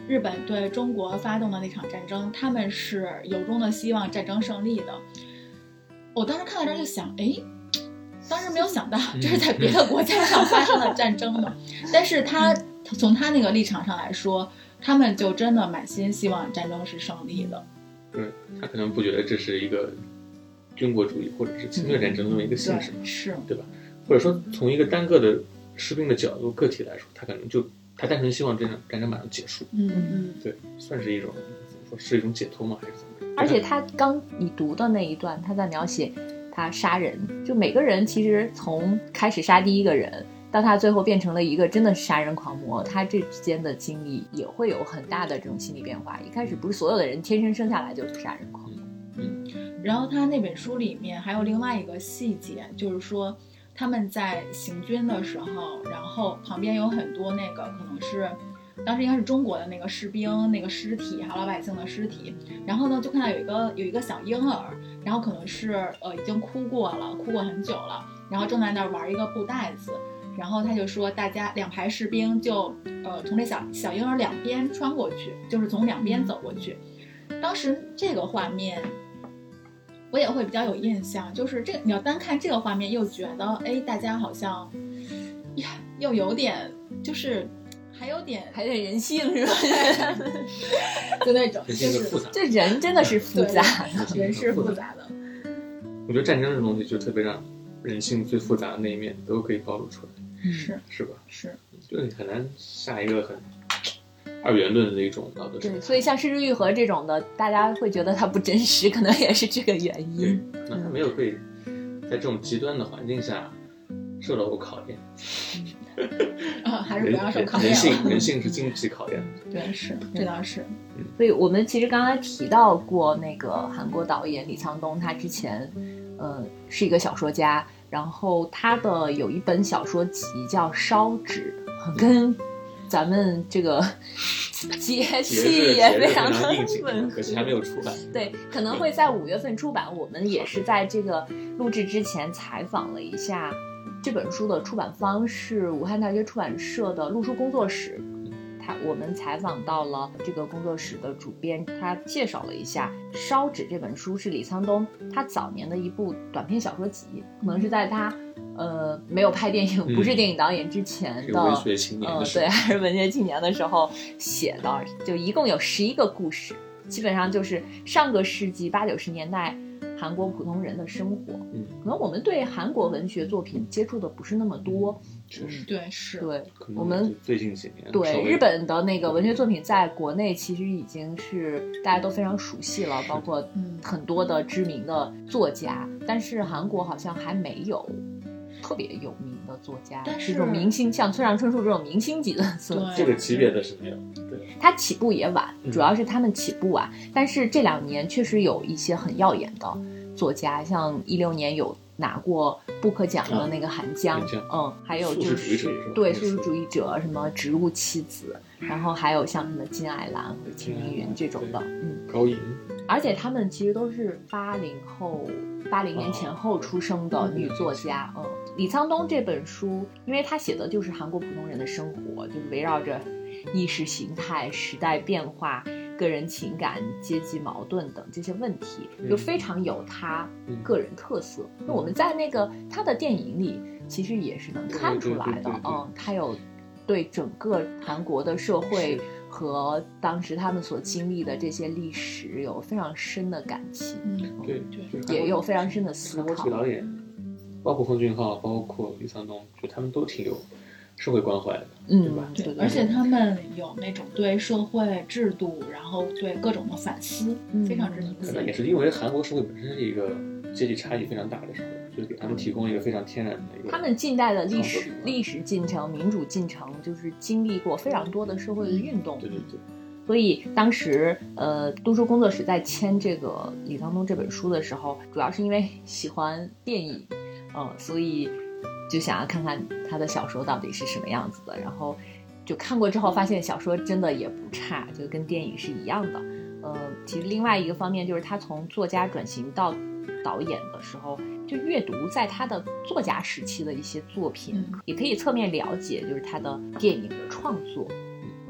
日本对中国发动的那场战争，他们是由衷的希望战争胜利的。我当时看到这儿就想，哎，当时没有想到这是在别的国家上发生的战争嘛。但是他从他那个立场上来说，他们就真的满心希望战争是胜利的。 对，他可能不觉得这是一个军国主义或者是侵略战争的一个性质， 对，是， 对吧？或者说从一个单个的士兵的角度个体来说，他可能就他单纯希望这场战争马上结束。 嗯嗯， 对，算是一种怎么说，是一种解脱吗？还是怎么？ 而且他刚你读的那一段，他在描写他杀人，就每个人其实从开始杀第一个人，到他最后变成了一个真的是杀人狂魔，他这之间的经历也会有很大的这种心理变化。一开始不是所有的人天生生下来就是杀人狂魔。 嗯，然后他那本书里面还有另外一个细节，就是说他们在行军的时候，然后旁边有很多那个可能是当时应该是中国的那个士兵那个尸体，还有老百姓的尸体，然后呢就看到有一个有一个小婴儿，然后可能是呃已经哭过了，哭过很久了，然后正在那儿玩一个布袋子，然后他就说大家两排士兵就呃从这小小婴儿两边穿过去，就是从两边走过去。当时这个画面我也会比较有印象，就是这你要单看这个画面又觉得哎大家好像呀又有点就是还有点还有点人性是吧？ 就那种， 人性是复杂， 这人真的是复杂的，人是复杂的。 我觉得战争这东西就特别让人性最复杂的那一面都可以暴露出来， 是是吧？ 是， 就你很难下一个很二元论的一种道德审判。 对，所以像失之愈合这种的，大家会觉得它不真实，可能也是这个原因。 那他没有被在这种极端的环境下受到过考验。 啊，还是不要受考验了。 人性，人性是经不起考验的。 对，是，这倒是。 所以我们其实刚才提到过那个韩国导演李沧东，他之前，呃，是一个小说家，然后他的有一本小说集叫《烧纸》，跟咱们这个节气也非常的应景，可惜还没有出版。 对，可能会在五月份出版。我们也是在这个录制之前采访了一下。这本书的出版方是武汉大学出版社的路书工作室，他我们采访到了这个工作室的主编，他介绍了一下《烧纸》这本书是李沧东他早年的一部短篇小说集，可能是在他呃没有拍电影、嗯、不是电影导演之前的文学青年的时候、 呃、对，还是文学青年的时候写的，就一共有十一个故事，基本上就是上个世纪八九十年代韩国普通人的生活。 嗯， 可能我们对韩国文学作品接触的不是那么多。 确实、 嗯，对，是。 对，我们最近几年， 对日本的那个文学作品在国内其实已经是大家都非常熟悉了，包括很多的知名的作家，但是韩国好像还没有特别有名的作家， 但是这种明星，像村上春树这种明星级的作家， 这个级别的是没有。对， 他起步也晚，主要是他们起步晚、嗯、但是这两年确实有一些很耀眼的作家，像一六年有拿过布克奖的那个韩江、 啊、 嗯，还有就是对素食主义者，什么植物妻子，然后还有像什么金爱兰或者秦明云这种的，嗯， 高颖， 而且他们其实都是八零后八零年前后出生的女作家。嗯，李沧东这本书，因为他写的就是韩国普通人的生活，就是围绕着意识形态、时代变化、个人情感、阶级矛盾等这些问题，就非常有他个人特色。那、嗯、我们在那个他的电影里，其实也是能看出来的。嗯，他有对整个韩国的社会和当时他们所经历的这些历史有非常深的感情。 嗯， 对对， 也有非常深的思考。 韩国导演，包括奉俊昊，包括李沧东，就他们都挺有社会关怀的， 嗯， 对吧？ 对，对，而且他们有那种对社会制度，然后对各种的反思，嗯、非常之明显。 可能也是因为韩国社会本身是一个阶级差异非常大的社会，就是给他们提供一个非常天然的一个。 他们近代的历史历史进程、民主进程，就是经历过非常多的社会的运动。 嗯、对对对。 所以当时，呃，读书工作室在签这个李沧东这本书的时候，主要是因为喜欢电影，呃，所以就想要看看他的小说到底是什么样子的。然后就看过之后，发现小说真的也不差，就跟电影是一样的。呃，其实另外一个方面就是他从作家转型到导演的时候，就阅读在他的作家时期的一些作品，嗯、也可以侧面了解就是他的电影的创作。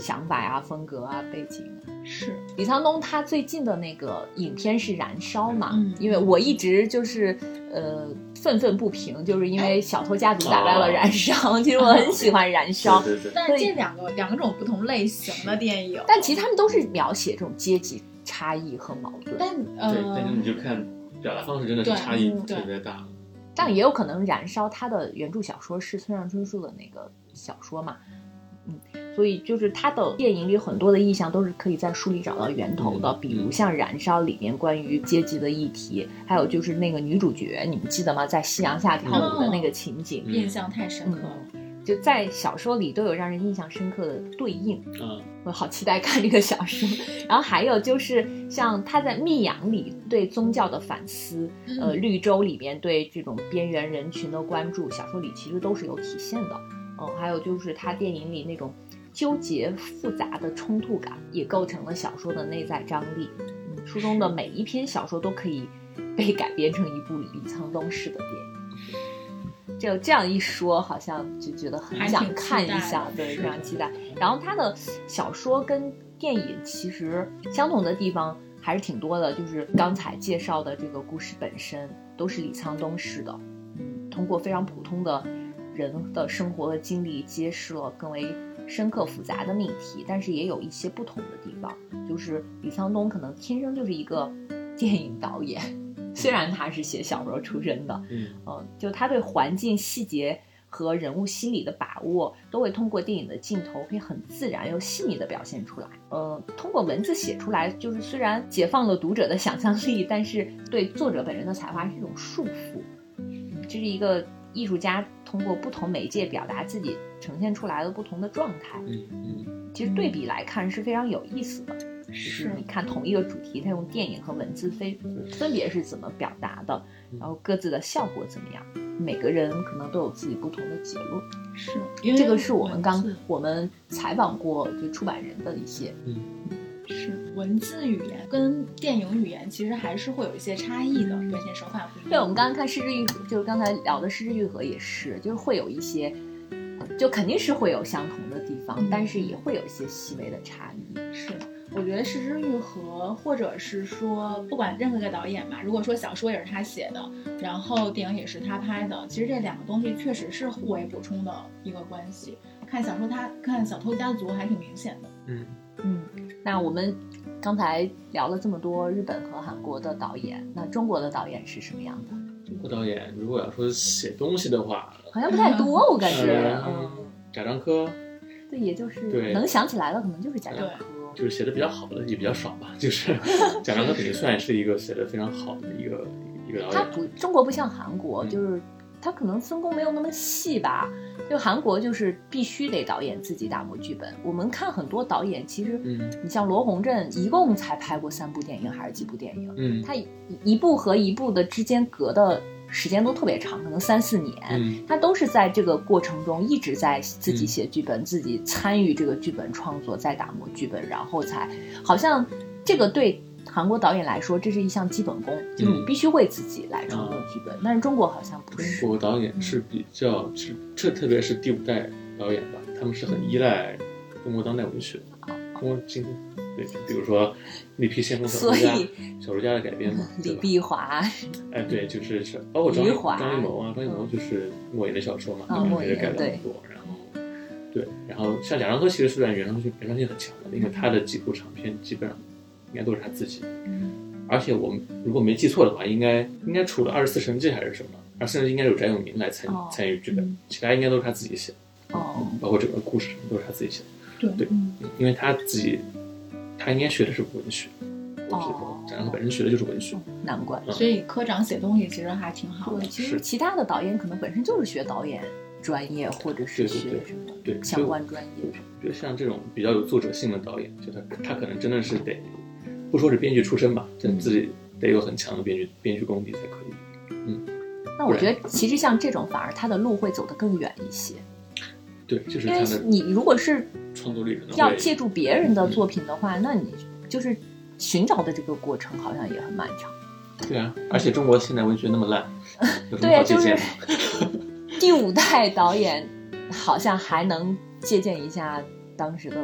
想法呀、风格啊、背景啊。 是李沧东他最近的那个影片是《燃烧》嘛， 嗯， 因为我一直就是呃愤愤不平，就是因为小偷家族打败了燃烧，哦、其实我很喜欢燃烧， 对对对。 但是这两个两种不同类型的电影， 但其实他们都是描写这种阶级差异和矛盾。 但呃， 对，但是你就看表达方式真的是差异特别大。 但也有可能《燃烧》它的原著小说是村上春树的那个小说嘛，嗯。所以就是他的电影里很多的意象都是可以在书里找到源头的，比如像《燃烧》里面关于阶级的议题，还有就是那个女主角，你们记得吗？在夕阳下跳舞的那个情景， 印象太深刻了。 嗯，就在小说里都有让人印象深刻的对应。 嗯， 我好期待看这个小说。然后还有就是像他在《密阳》里对宗教的反思， 嗯、 呃，《绿洲》里面对这种边缘人群的关注，小说里其实都是有体现的。嗯，还有就是他电影里那种纠结复杂的冲突感也构成了小说的内在张力。嗯，书中的每一篇小说都可以被改编成一部李沧东式的电影。就这样一说，好像就觉得很想看一下，对，非常期待。然后他的小说跟电影其实相同的地方还是挺多的，就是刚才介绍的这个故事本身都是李沧东式的，嗯，通过非常普通的人的生活和经历，揭示了更为深刻复杂的命题，但是也有一些不同的地方，就是李沧东可能天生就是一个电影导演，虽然他是写小说出身的， 嗯、 呃，就他对环境细节和人物心理的把握，都会通过电影的镜头可以很自然又细腻地表现出来。呃，通过文字写出来，就是虽然解放了读者的想象力，但是对作者本人的才华是一种束缚。嗯，这是一个艺术家通过不同媒介表达自己呈现出来的不同的状态。 嗯嗯， 其实对比来看是非常有意思的。是你看同一个主题，它用电影和文字分分别是怎么表达的，然后各自的效果怎么样，每个人可能都有自己不同的结论。 是， 这个是我们刚我们采访过就出版人的一些， 嗯， 是文字语言跟电影语言其实还是会有一些差异的，表现手法不一样。 对，我们刚刚看《失之愈合》，就是刚才聊的《失之愈合》也是，就是会有一些，就肯定是会有相同的地方，嗯、但是也会有一些细微的差异。 是。我觉得《失之愈合》，或者是说不管任何一个导演吧，如果说小说也是他写的，然后电影也是他拍的，其实这两个东西确实是互为补充的一个关系。看小说他看《小偷家族》还挺明显的。 嗯嗯，那我们刚才聊了这么多日本和韩国的导演，那中国的导演是什么样的？ 中国导演如果要说写东西的话， 好像不太多，我感觉。 嗯，贾樟柯。 对，也就是能想起来的可能就是贾樟柯。 就是写的比较好的也比较少吧，就是贾樟柯肯定算是一个写的非常好的一个一个导演。 他不，中国不像韩国，就是他可能分工没有那么细吧。就韩国就是必须得导演自己打磨剧本。我们看很多导演，其实你像罗洪镇，一共才拍过三部电影还是几部电影？嗯，他一部和一部的之间隔的时间都特别长，可能三四年、嗯、他都是在这个过程中一直在自己写剧本、嗯、自己参与这个剧本创作，再打磨剧本，然后才好像这个对韩国导演来说这是一项基本功、嗯、就是你必须为自己来创作剧本、嗯、但是中国好像不是。 中国导演是比较是这特别是第五代导演吧，他们是很依赖中国当代文学的、嗯、中国经对，比如说那批先锋小说家，小说家的改编嘛， 李碧华， 哎，对，就是包括张张艺谋啊，张艺谋就是莫言的小说嘛， 嗯、莫言改了很多，然后对，然后像贾樟柯其实虽然原创性原创性很强的，因为他的几部长片基本上应该都是他自己，嗯，而且我们如果没记错的话，应该应该除了《二十四城记》还是什么，《二十四城记》应该有翟永明来参、哦、参与剧本、嗯，其他应该都是他自己写的，哦、嗯，包括整个故事都是他自己写的，对对、嗯，因为他自己。他应该学的是文学，哦，贾樟柯本身学的就是文学， 难怪。 所以科长写东西其实还挺好的。 对，其实其他的导演可能本身就是学导演专业，或者是学什么对相关专业。 我觉得像这种比较有作者性的导演，就他他可能真的是得不说是编剧出身吧，就自己得有很强的编剧编剧功底才可以。嗯， 那我觉得其实像这种反而他的路会走得更远一些。 对，就是他的。 因为你如果是创作力要借助别人的作品的话、嗯、那你就是寻找的这个过程好像也很漫长。 对啊，而且中国现代文学那么烂，有什么对啊， 好借鉴的？ 就是第五代导演好像还能借鉴一下当时的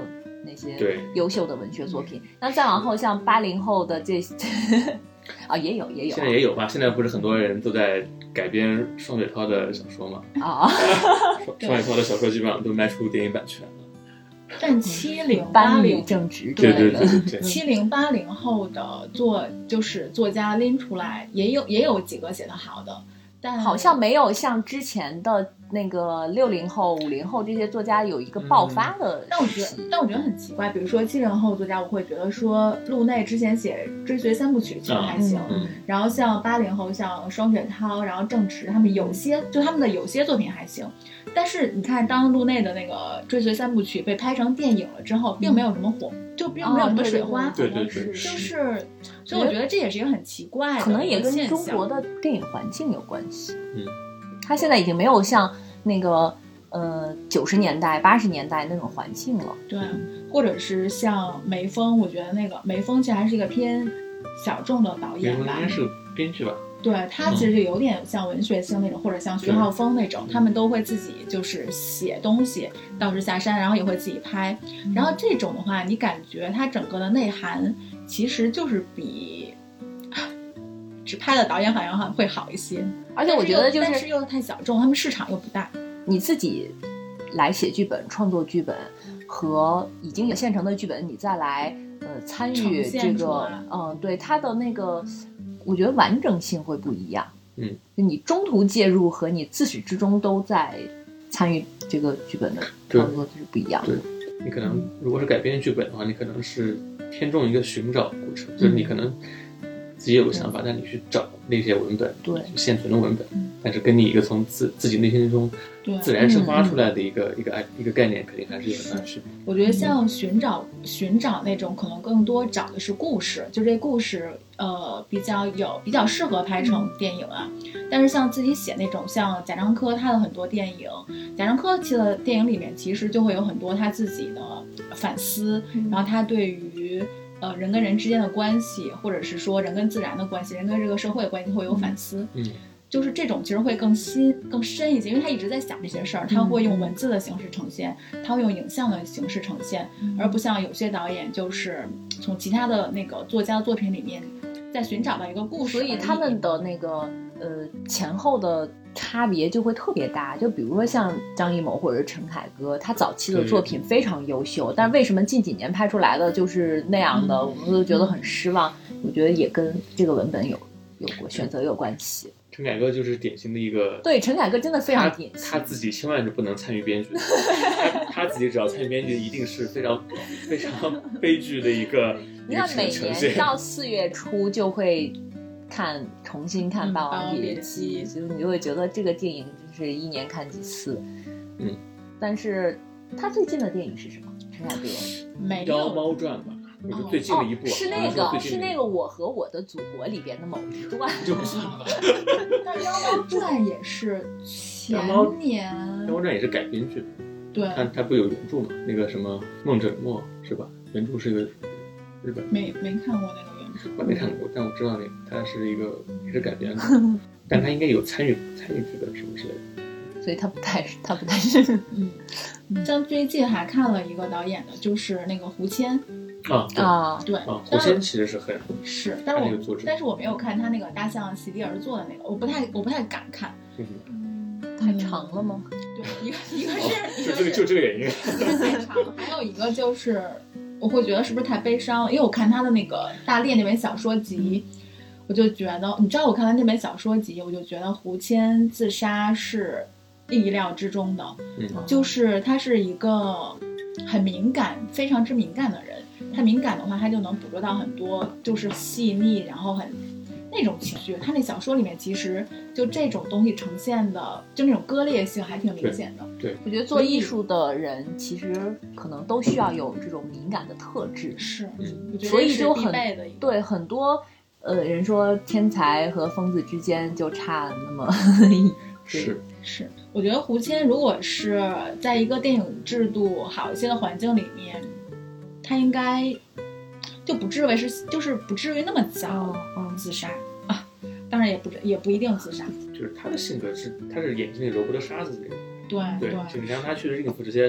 那些对优秀的文学作品。那再往后，像八零后的这啊，也有也有， 现在也有吧？现在不是很多人都在改编双雪涛的小说吗？ 啊， 双雪涛的小说基本上都卖出电影版权了。 但七零八班零宇正直之对类的， 对对对， 七零八零后的作就是作家拎出来，也有也有几个写得好的，但好像没有像之前的那个六零后、五零后这些作家有一个爆发的但我觉时期。 得，但我觉得很奇怪，比如说七零后作家，我会觉得说路内之前写《追随三部曲》其实还行， 嗯然后像八零后，像双雪涛，然后郑池，他们有些就他们的有些作品还行，但是你看，当路内的那个《追随三部曲》被拍成电影了之后，并没有什么火，就并没有什么水花， 对对对， 就是，所以我觉得这也是一个很奇怪的， 可能也跟中国的电影环境有关系。嗯，他现在已经没有像那个呃九十年代、八十年代那种环境了。 对，或者是像梅峰，我觉得那个梅峰其实还是一个偏小众的导演吧， 梅峰应该是编剧吧。 对，他其实有点像文学性那种，嗯、或者像徐浩峰那种，他们都会自己就是写东西，道士下山，然后也会自己拍。嗯、然后这种的话，你感觉它整个的内涵其实就是比只拍的导演好像会好一些。 而且我觉得就是， 但是又太小众，他们市场又不大。 你自己来写剧本、创作剧本，和已经有现成的剧本，你再来呃参与这个，嗯，对它的那个。我觉得完整性会不一样， 嗯， 你中途介入和你自始至终都在参与这个剧本的创作是不一样的。 对，你可能如果是改编剧本的话，你可能是偏重一个寻找过程，就是你可能自己有个想法，嗯、但你去找那些文本， 对， 现存的文本， 嗯、 但是跟你一个从自自己内心中自然生发出来的一个、嗯、一个一个概念，肯定还是有很大区别。 我觉得像寻找寻找那种，可能更多找的是故事，就这故事。呃，比较有比较适合拍成电影啊，但是像自己写那种，像贾樟柯他的很多电影，贾樟柯其实电影里面其实就会有很多他自己的反思，嗯、然后他对于呃人跟人之间的关系，或者是说人跟自然的关系，人跟这个社会的关系会有反思， 嗯， 就是这种其实会更新更深一些，因为他一直在想这些事儿，他会用文字的形式呈现，他会用影像的形式呈现，嗯、而不像有些导演就是从其他的那个作家的作品里面。在寻找到一个故事， 所以他们的那个呃前后的差别就会特别大。就比如说像张艺谋或者是陈凯歌，他早期的作品非常优秀，但为什么近几年拍出来的就是那样的，嗯、我们都觉得很失望。我觉得也跟这个文本有有过选择有关系。 陈凯歌就是典型的一个， 对，陈凯歌真的非常典型， 他, 他自己千万是不能参与编剧他, 他自己只要参与编剧，一定是非常非常悲剧的一个。 你看每年到四月初就会看重新看《霸王别姬》，所以你就会觉得这个电影就是一年看几次。 嗯， 但是他最近的电影是什么？陈凯歌没有《 妖猫传》吧？我是最近的一部、啊哦、是那个是那个《我和我的祖国》里边的某一段， 就不算了。 但《妖猫传》也是前年，《 妖猫传》也是改编剧， 对， 它它不有原著嘛？那个什么孟枕墨是吧？原著是一个日本， 没没看过那个原著， 我没看过，但我知道那个它是一个也是改编的，但它应该有参与参与剧本什么之类的， 所以它不太它不太是嗯。像最近还看了一个导演的，就是那个胡谦。 啊啊， 对， 啊，胡谦其实是很是，但是我但是我没有看他那个大象席地而坐的那个，我不太我不太敢看， 嗯，太长了吗？ 对，一个一个是就这个就这个原因， 一个太长，还有一个就是我会觉得是不是太悲伤了，因为我看他的那个大烈那本小说集，我就觉得，你知道我看完那本小说集，我就觉得胡谦自杀是意料之中的， 嗯， 就是他是一个很敏感、非常之敏感的人。他敏感的话，他就能捕捉到很多就是细腻，然后很那种情绪。他那小说里面其实就这种东西呈现的，就那种割裂性还挺明显的。 对，对我觉得做艺术的人其实可能都需要有这种敏感的特质。 是， 嗯， 我觉得所以就很对很多呃人说天才和疯子之间就差那么是是。我觉得胡谦如果是在一个电影制度好一些的环境里面。他应该就不至于是，就是不至于那么早自杀、哦、啊，当然也不也不一定自杀。 就是他的性格是，他是眼睛里揉不得沙子那种。 对对，就你让他去应付这些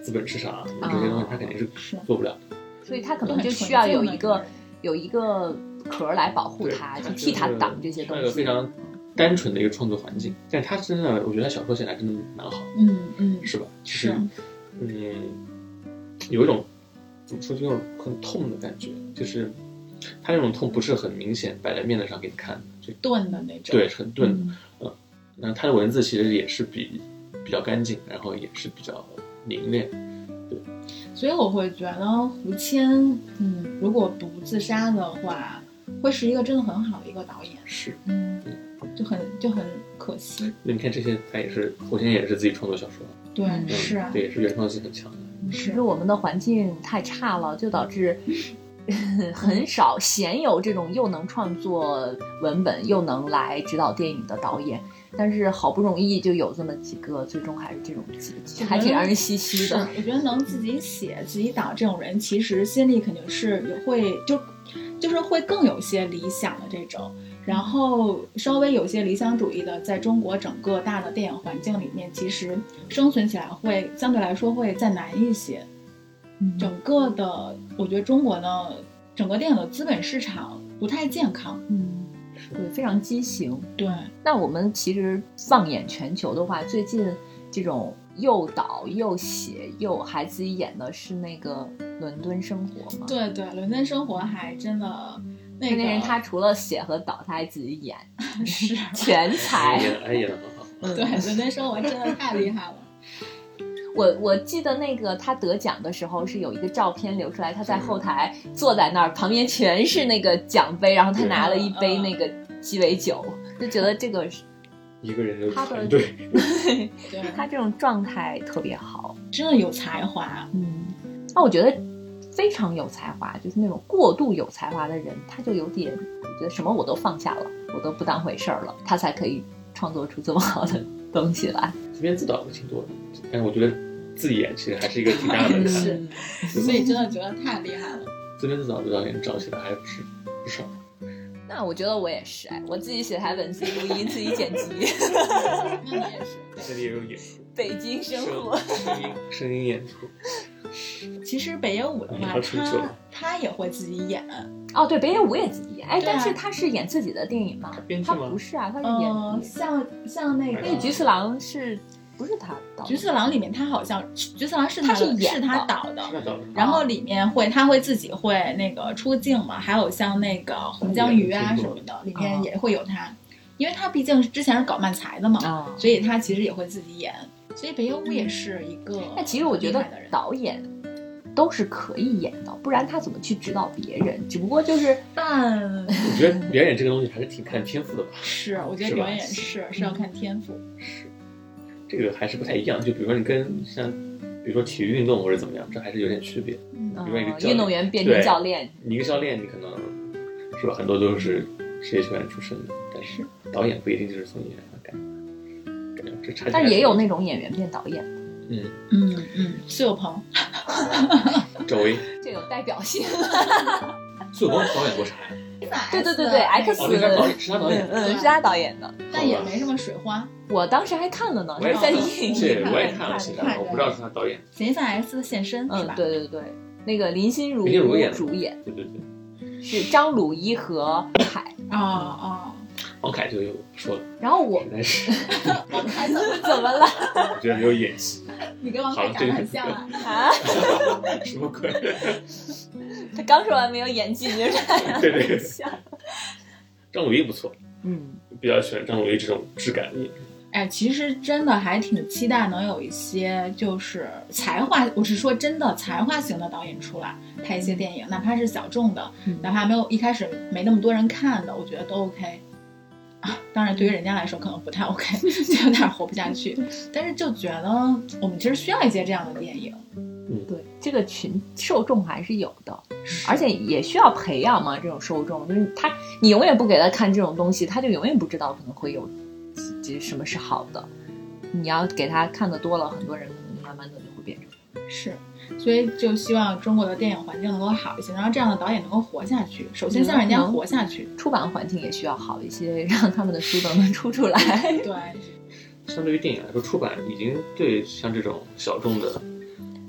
资本市场啊什么这些东西，他肯定是做不了的。 所以他可能就需要有一个有一个壳来保护他，就替他挡这些东西。 一个非常单纯的一个创作环境，但是他真的，我觉得他小说写来真的蛮好， 嗯嗯， 是吧？ 是， 嗯，有一种怎么说，就那种很痛的感觉，就是他那种痛不是很明显摆在面子上给你看的，就钝的那种， 对，很钝的。嗯，嗯那他的文字其实也是比比较干净，然后也是比较凝练。 所以我会觉得胡谦，嗯，如果不自杀的话，会是一个真的很好的一个导演。 是， 嗯，就很就很可惜。 那你看这些，他也是胡谦也是自己创作小说， 对， 嗯、 是啊， 对，也是原创性很强的。 其实我们的环境太差了，就导致很少鲜有这种又能创作文本又能来指导电影的导演。但是好不容易就有这么几个，最终还是这种结局，还挺让人唏嘘的。 我觉得能自己写、自己导这种人，其实心里肯定是也会就就是会更有些理想的这种，然后稍微有些理想主义的，在中国整个大的电影环境里面，其实生存起来会相对来说会再难一些。 嗯、 整个的，我觉得中国呢，整个电影的资本市场不太健康。 嗯。对，非常畸形。 对， 那我们其实放眼全球的话，最近这种又导又写又还自己演的是那个《伦敦生活》吗？ 对对，《伦敦生活》还真的那个那人他除了写和导，他还自己演， 是全才， 哎，演得很好。 嗯、对，《伦敦生活》真的太厉害了。 我我记得那个他得奖的时候是有一个照片流出来，他在后台坐在那儿，旁边全是那个奖杯，然后他拿了一杯那个鸡尾酒，就觉得这个一个人的团队， 对，他这种状态特别好， 真的有才华。 嗯，那我觉得非常有才华，就是那种过度有才华的人，他就有点，我觉得什么我都放下了，我都不当回事儿了，他才可以创作出这么好的东西来。 自编自导的挺多的，但是我觉得自己演其实还是一个挺大的门槛， 是，所以真的觉得太厉害了。 自编自导的导演找起来还不是不少。 那我觉得我也是，哎，我自己写台本，自己录音，自己剪辑。 那你也是， 这里也有演出， 北京生活， 声音声音演出。 其实北野武的话，他他也会自己演。 哦，对，北野武也自己演，哎，但是他是演自己的电影吗？他不是啊，他是演， 呃、像像那个那菊次郎是。不是他导的， 菊次郎里面他好像菊次郎是他是是他导的， 的然后里面会他会自己会那个出镜嘛，还有像那个红江鱼啊什么的，里面也会有他，因为他毕竟之前是搞漫才的嘛， 哦、 所以他其实也会自己演，所以北野武也是一个。 那其实我觉得导演都是可以演的，不然他怎么去指导别人？只不过就是， 但我觉得表演这个东西还是挺看天赋的吧。 是，我觉得表演是是要看天赋。 是。这个还是不太一样，就比如说你跟像，比如说体育运动或者怎么样，这还是有点区别。 嗯， 比如说一个运动员变成教练， 你一个教练，你可能是吧，很多都是职业球员出身的，但是导演不一定就是从演员上改，这差距。 但也有那种演员变导演。 嗯嗯嗯，苏有朋， 赵薇， 这有代表性。 苏有朋导演过啥呀？ 对对对对 ，X， 哦，是他导演，是他导演， 嗯，是他导演的， 但也没什么水花。 我当时还看了呢， 我也在影院，我也看了，其实我不知道是他导演。 嫌疑犯 X 的现身是吧？ 嗯，对对对，那个林心如主演， 对对对， 是张鲁一和凯。 哦哦， 王凯就有说了。 然后我， 但是王凯怎么怎么了？ 我觉得没有演戏。 你跟王凯长得很像啊！ 啊？ 什么鬼？ 他刚说完没有演技，你就这样对对对，张鲁一不错， 嗯， 比较喜欢张鲁一这种质感的。 哎，其实真的还挺期待能有一些就是才华，我是说真的才华型的导演出来拍一些电影，哪怕是小众的， 嗯、 哪怕没有一开始没那么多人看的，我觉得都 OK。啊，当然对于人家来说可能不太 OK， 就有点活不下去。但是就觉得我们其实需要一些这样的电影。 嗯， 对，这个群受众还是有的，而且也需要培养嘛。这种受众就是他，你永远不给他看这种东西，他就永远不知道可能会有这什么是好的。你要给他看的多了，很多人可能慢慢的就会变成是。所以就希望中国的电影环境能够好一些，让这样的导演能够活下去。首先让人家活下去， 出版环境也需要好一些，让他们的书都能出出来。 对， 相对于电影来说，出版已经对像这种小众的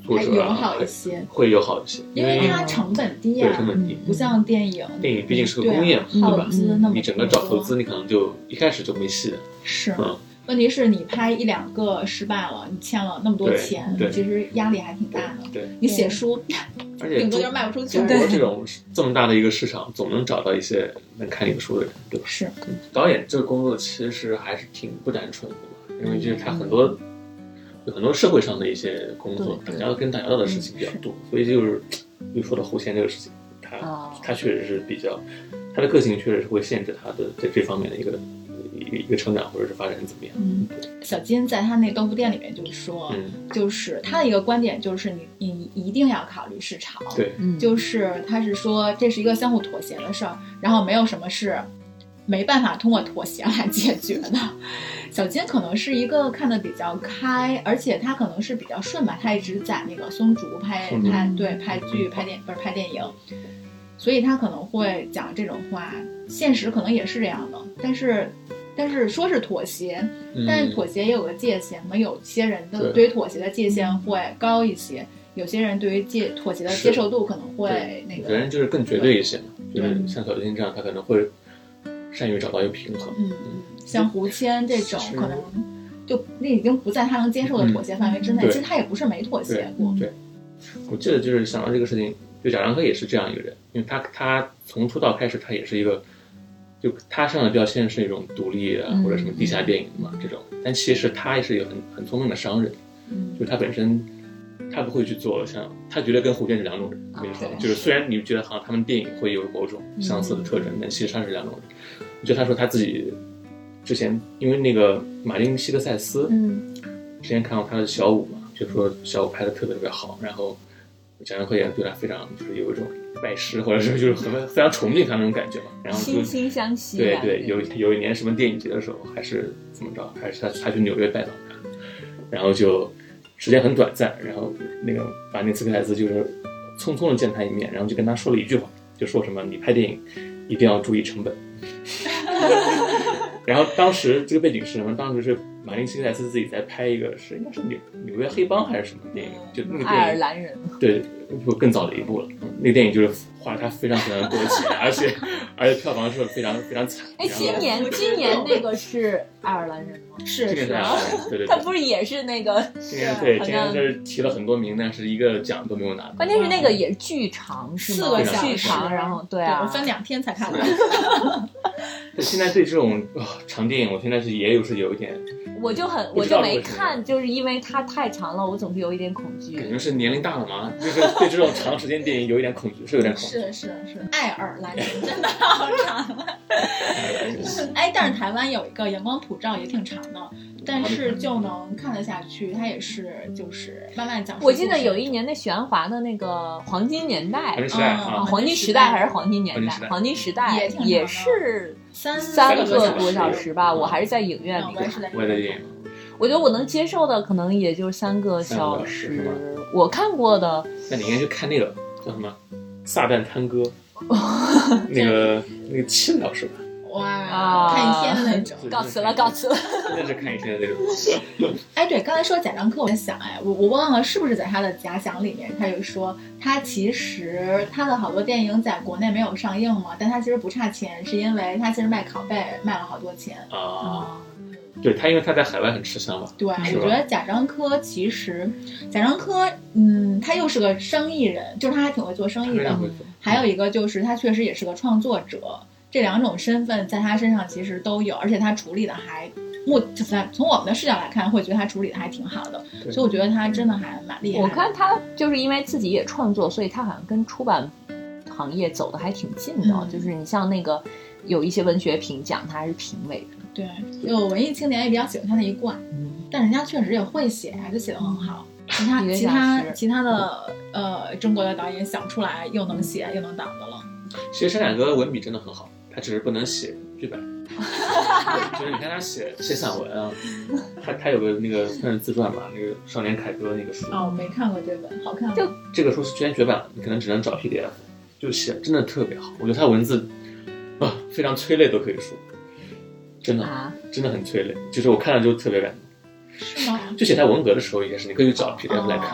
作者、啊、 还友好一些， 会友好一些， 因为它成本低啊， 对成本低， 不像电影， 电影毕竟是个工业嘛， 对吧？耗资那么你整个找投资，你可能就一开始就没戏了。 是， 嗯， 问题是你拍一两个失败了，你欠了那么多钱，其实压力还挺大的。 对， 你写书， 而且顶多就是卖不出去。 中国这种这么大的一个市场，总能找到一些能看你的书的人，对吧？ 是， 导演这个工作其实还是挺不单纯的嘛，因为就是他很多。有很多社会上的一些工作，打交道跟打交道的事情比较多，所以就是又说到胡仙这个事情，他、哦、他确实是比较，他的个性确实是会限制他的在这方面的一个一个一个成长或者是发展怎么样。 嗯，小金在他那豆腐店里面就说，嗯、就是他的一个观点就是你你一定要考虑市场， 对， 就是他是说这是一个相互妥协的事儿，然后没有什么是没办法通过妥协来解决的。小金可能是一个看得比较开，而且他可能是比较顺吧，他一直在那个松竹拍拍对拍剧拍电不是拍电影，所以他可能会讲这种话。现实可能也是这样的，但是但是说是妥协，但是妥协也有个界限嘛，有些人的对于妥协的界限会高一些，有些人对于接妥协的接受度可能会那个， 有的人就是更绝对一些嘛，就是像小金这样，他可能会善于找到一个平衡。 嗯嗯，像胡谦这种可能就那已经不在他能接受的妥协范围之内，嗯、其实他也不是没妥协过。 对，对我记得就是想到这个事情，就贾樟柯也是这样一个人，因为他他从出道开始，他也是一个，就他上的标签是一种独立啊、嗯、或者什么地下电影嘛、嗯、这种，但其实他也是一个很很聪明的商人，嗯，就他本身他不会去做像他觉得跟胡仙是两种人，没错、啊，就是虽然你觉得好像他们电影会有某种相似的特征，嗯、但其实他是两种人。我觉得他说他自己之前因为那个马丁希克塞斯，嗯，之前看过他的小五嘛，就说小五拍的特别特别好，然后贾樟柯也对他非常就是有一种拜师或者是就是很非常崇敬他那种感觉嘛，然后就惺惺相惜。 对对，有有一年什么电影节的时候，还是怎么着，还是他他去纽约拜访他，然后就时间很短暂，然后那个马丁斯科塞斯就是匆匆的见他一面，然后就跟他说了一句话，就说什么你拍电影一定要注意成本。然后当时这个背景是什么？当时是马丁·希克塞斯自己在拍一个是应该是纽纽约黑帮还是什么电影，就那个电影爱尔兰人， 对，就更早的一部了。嗯、那个电影就是花了他非常非常多的钱，而且而且票房是非常非常惨。 哎，今年今年那个是爱尔兰人吗？ 是今年是爱尔兰人，对对对， 他不是也是那个？ 今年对，今年是提了很多名，但是一个奖都没有拿到。 关键是那个也是巨长，是吗？ 四个小时， 巨长，然后对啊， 我分两天才看完。 对，现在对这种、哦、长电影，我现在是也有是有一点， 我就很我就没看，就是因为它太长了，我总是有一点恐惧。 可能是年龄大了嘛，就是对这种长时间电影有一点恐惧，是有点恐惧。 是是是，爱尔兰人真的好长。哎，但是台湾有一个阳光普照也挺长的，但是就能看得下去，它也是就是慢慢讲述。 我记得有一年那许鞍华的那个黄金年代， 黄金时代、 嗯啊、黄金时代还是黄金年代？黄金时代也挺也是三三个多小时吧，我还是在影院里看。 我也在电影。 我觉得我能接受的可能也就三个小时。我看过的， 那你应该去看那个叫什么《撒旦探戈》，那个那个七个小时吧。 哇、啊，看一天的那种， 告辞了，告辞了， 真的是看一天的那种。 哎，对，刚才说贾樟柯，我在想，哎，我我忘了是不是在他的假想里面，他有说他其实他的好多电影在国内没有上映嘛，但他其实不差钱，是因为他其实卖拷贝卖了好多钱啊。嗯、对他，因为他在海外很吃香嘛。 对，我觉得贾樟柯其实，贾樟柯，嗯，他又是个生意人，就是他还挺会做生意的。还有一个就是他确实也是个创作者。这两种身份在他身上其实都有，而且他处理的还，目从我们的视角来看，会觉得他处理的还挺好的，所以我觉得他真的还蛮厉害的。 我看他就是因为自己也创作，所以他好像跟出版行业走的还挺近的。嗯、就是你像那个有一些文学评奖，他还是评委的。 对，有文艺青年也比较喜欢他那一贯，嗯、但人家确实也会写呀，就写得很好。其他其他其他的呃中国的导演想出来又能写又能导的了。 其实山海哥文笔真的很好。他只是不能写剧本，就是你看他写写散文啊，他他有个那个算是自传吧，那个《少年凯歌》那个书。 哦，我没看过这本，好看吗？ 就这个书是之前绝版了，你可能只能找 P D F， 就写真的特别好。我觉得他文字啊非常催泪都可以说，真的、啊、真的很催泪，就是我看了就特别感动。 是吗？ 就写他文革的时候也是，你可以找 P D F 来看。哦、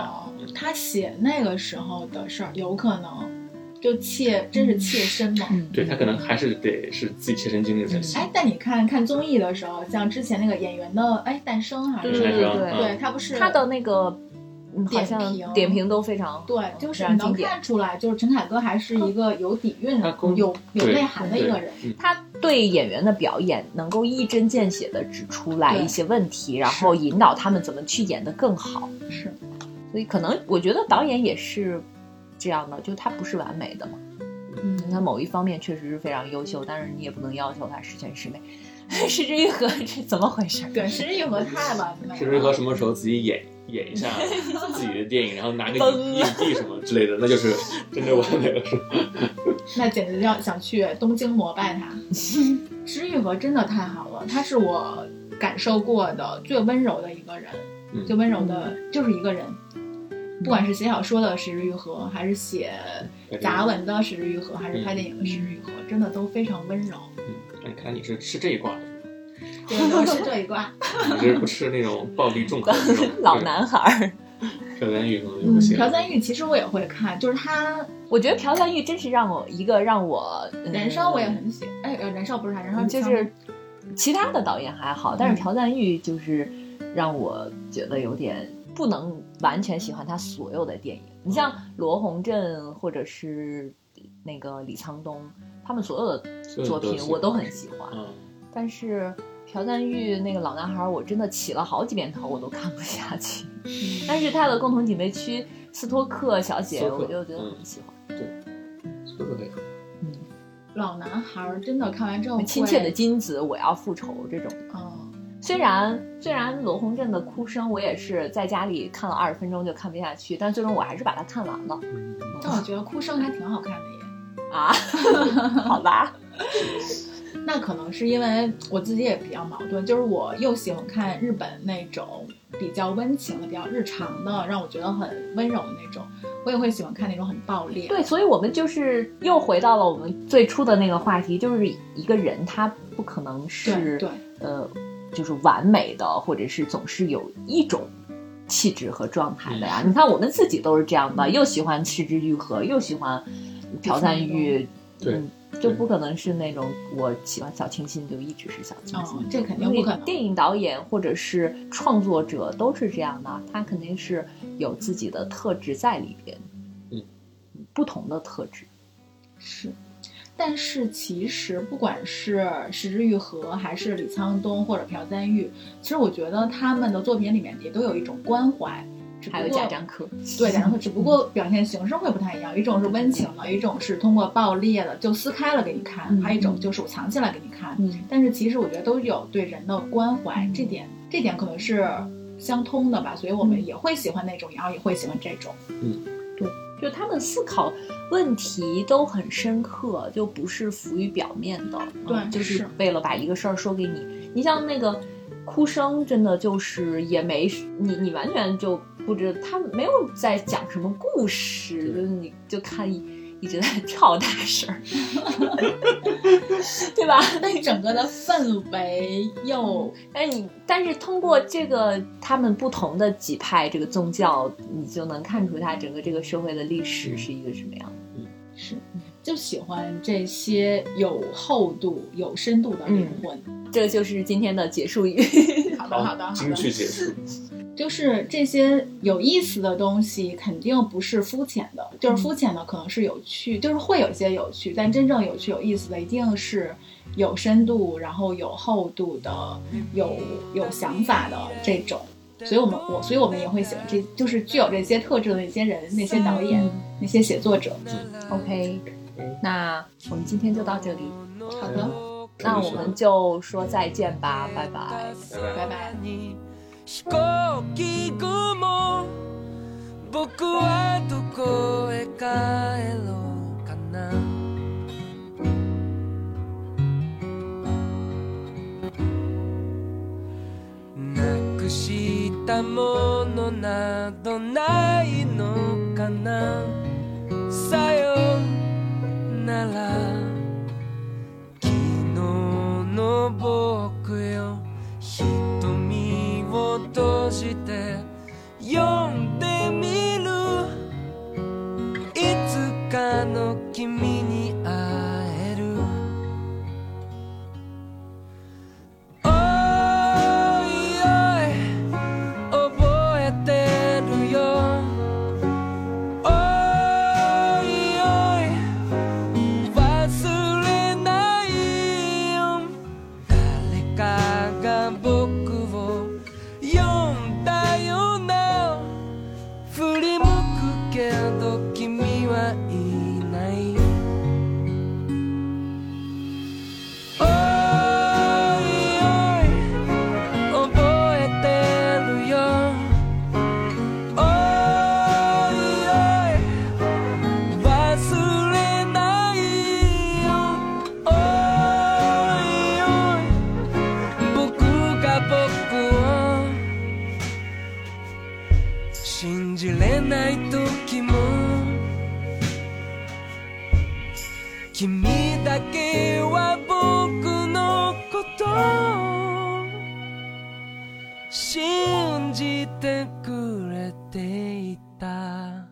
他写那个时候的事儿，有可能就切，真是切身嘛。 嗯， 对他可能还是得是自己切身经历才行。 哎，但你看看综艺的时候，像之前那个演员的哎诞生还是对对对对，他不是他的那个。嗯，好像点评点评都非常对，就是你能看出来，就是陈凯歌还是一个有底蕴、有有内涵的一个人。 他对演员的表演能够一针见血地指出来一些问题，然后引导他们怎么去演得更好。 是， 所以可能我觉得导演也是这样的，就他不是完美的嘛。嗯，他某一方面确实是非常优秀，但是你也不能要求他十全十美。石之愈合这怎么回事？ 对，石之愈合太完美了。 石之愈合什么时候自己演演一下自己的电影，然后拿个影影帝什么之类的，那就是真的完美了，是吧？ 那简直要想去东京膜拜他。石之愈合真的太好了，他是我感受过的最温柔的一个人， 嗯、 最温柔的就是一个人。不管是写小说的石之愈合，还是写杂文的石之愈合，还是拍电影的石之愈合，真的都非常温柔。 嗯，那看来你是吃这一挂的。 对，我是这一挂。 你是不吃那种暴力重口的那种老男孩。 朴赞郁可能就不行。 朴赞郁其实我也会看，就是他， 我觉得朴赞郁真是让我一个让我， 嗯、燃烧我也很喜，哎，燃烧不是他，燃烧就是其他的导演还好，但是朴赞郁就是让我觉得有点不能完全喜欢他所有的电影。你像罗洪镇或者是那个李沧东，他们所有的作品我都很喜欢， 嗯、 但是朴赞郁那个老男孩我真的起了好几遍头我都看不下去。嗯、但是他的共同姐妹区斯托克小姐我就觉得很喜欢。 嗯、对，斯托克可以。 嗯， 老男孩真的看完之后， 亲切的金子我要复仇这种。 嗯， 虽然虽然罗洪镇的哭声我也是在家里看了二十分钟就看不下去，但最终我还是把它看完了。 嗯、 但我觉得哭声还挺好看的耶。 啊，好吧。 那可能是因为我自己也比较矛盾，就是我又喜欢看日本那种比较温情的、比较日常的，让我觉得很温柔的那种，我也会喜欢看那种很暴烈。 对，所以我们就是又回到了我们最初的那个话题，就是一个人他不可能是对对呃，就是完美的，或者是总是有一种气质和状态的呀。你看我们自己都是这样的，又喜欢石之愈合，又喜欢朴赞郁， 对。 嗯，就不可能是那种我喜欢小清新就一直是小清新， 哦，这肯定不可能。 电影导演或者是创作者都是这样的，他肯定是有自己的特质在里边， 嗯， 不同的特质是。但是其实不管是石之愈合还是李沧东或者朴赞郁，其实我觉得他们的作品里面也都有一种关怀。 还有贾樟柯， 对贾樟柯，只不过表现形式会不太一样，一种是温情的，一种是通过爆裂的就撕开了给你看，嗯、还有一种就是我藏起来给你看。 嗯、 但是其实我觉得都有对人的关怀，嗯、这点这点可能是相通的吧，所以我们也会喜欢那种，然后也会喜欢这种。 嗯， 对，就他们思考问题都很深刻，就不是浮于表面的。 对， 嗯、就是为了把一个事儿说给你。你像那个哭声，真的就是也没你你完全就。不知他没有在讲什么故事，就是你就看一一直在跳大声对吧？ 但整个的氛围又， 但是你但是通过这个他们不同的几派这个宗教，你就能看出他整个这个社会的历史是一个什么样的。 嗯，是就喜欢这些有厚度、有深度的灵魂。 嗯、这就是今天的结束语。 好的，好的，好的， 京剧结束。 就是这些有意思的东西肯定不是肤浅的，就是肤浅的可能是有趣，就是会有一些有趣，但真正有趣有意思的一定是有深度，然后有厚度的，有有想法的这种。所以我们我所以我们也会喜欢这就是具有这些特质的那些人，那些导演，嗯、那些写作者。 OK， 那我们今天就到这里。 好的， 那我们就说再见吧，拜拜， 拜拜。 飛行機雲僕はどこへ帰ろうかななくしたものなどないのかなさよなら昨日の僕よ瞳を閉じて読んでみるな僕を呼んだよな振り向くけど君はいないおいおい覚えてるよおいおい忘れないよおいおい僕が僕を信じれない時も君だけは僕のことを信じてくれていた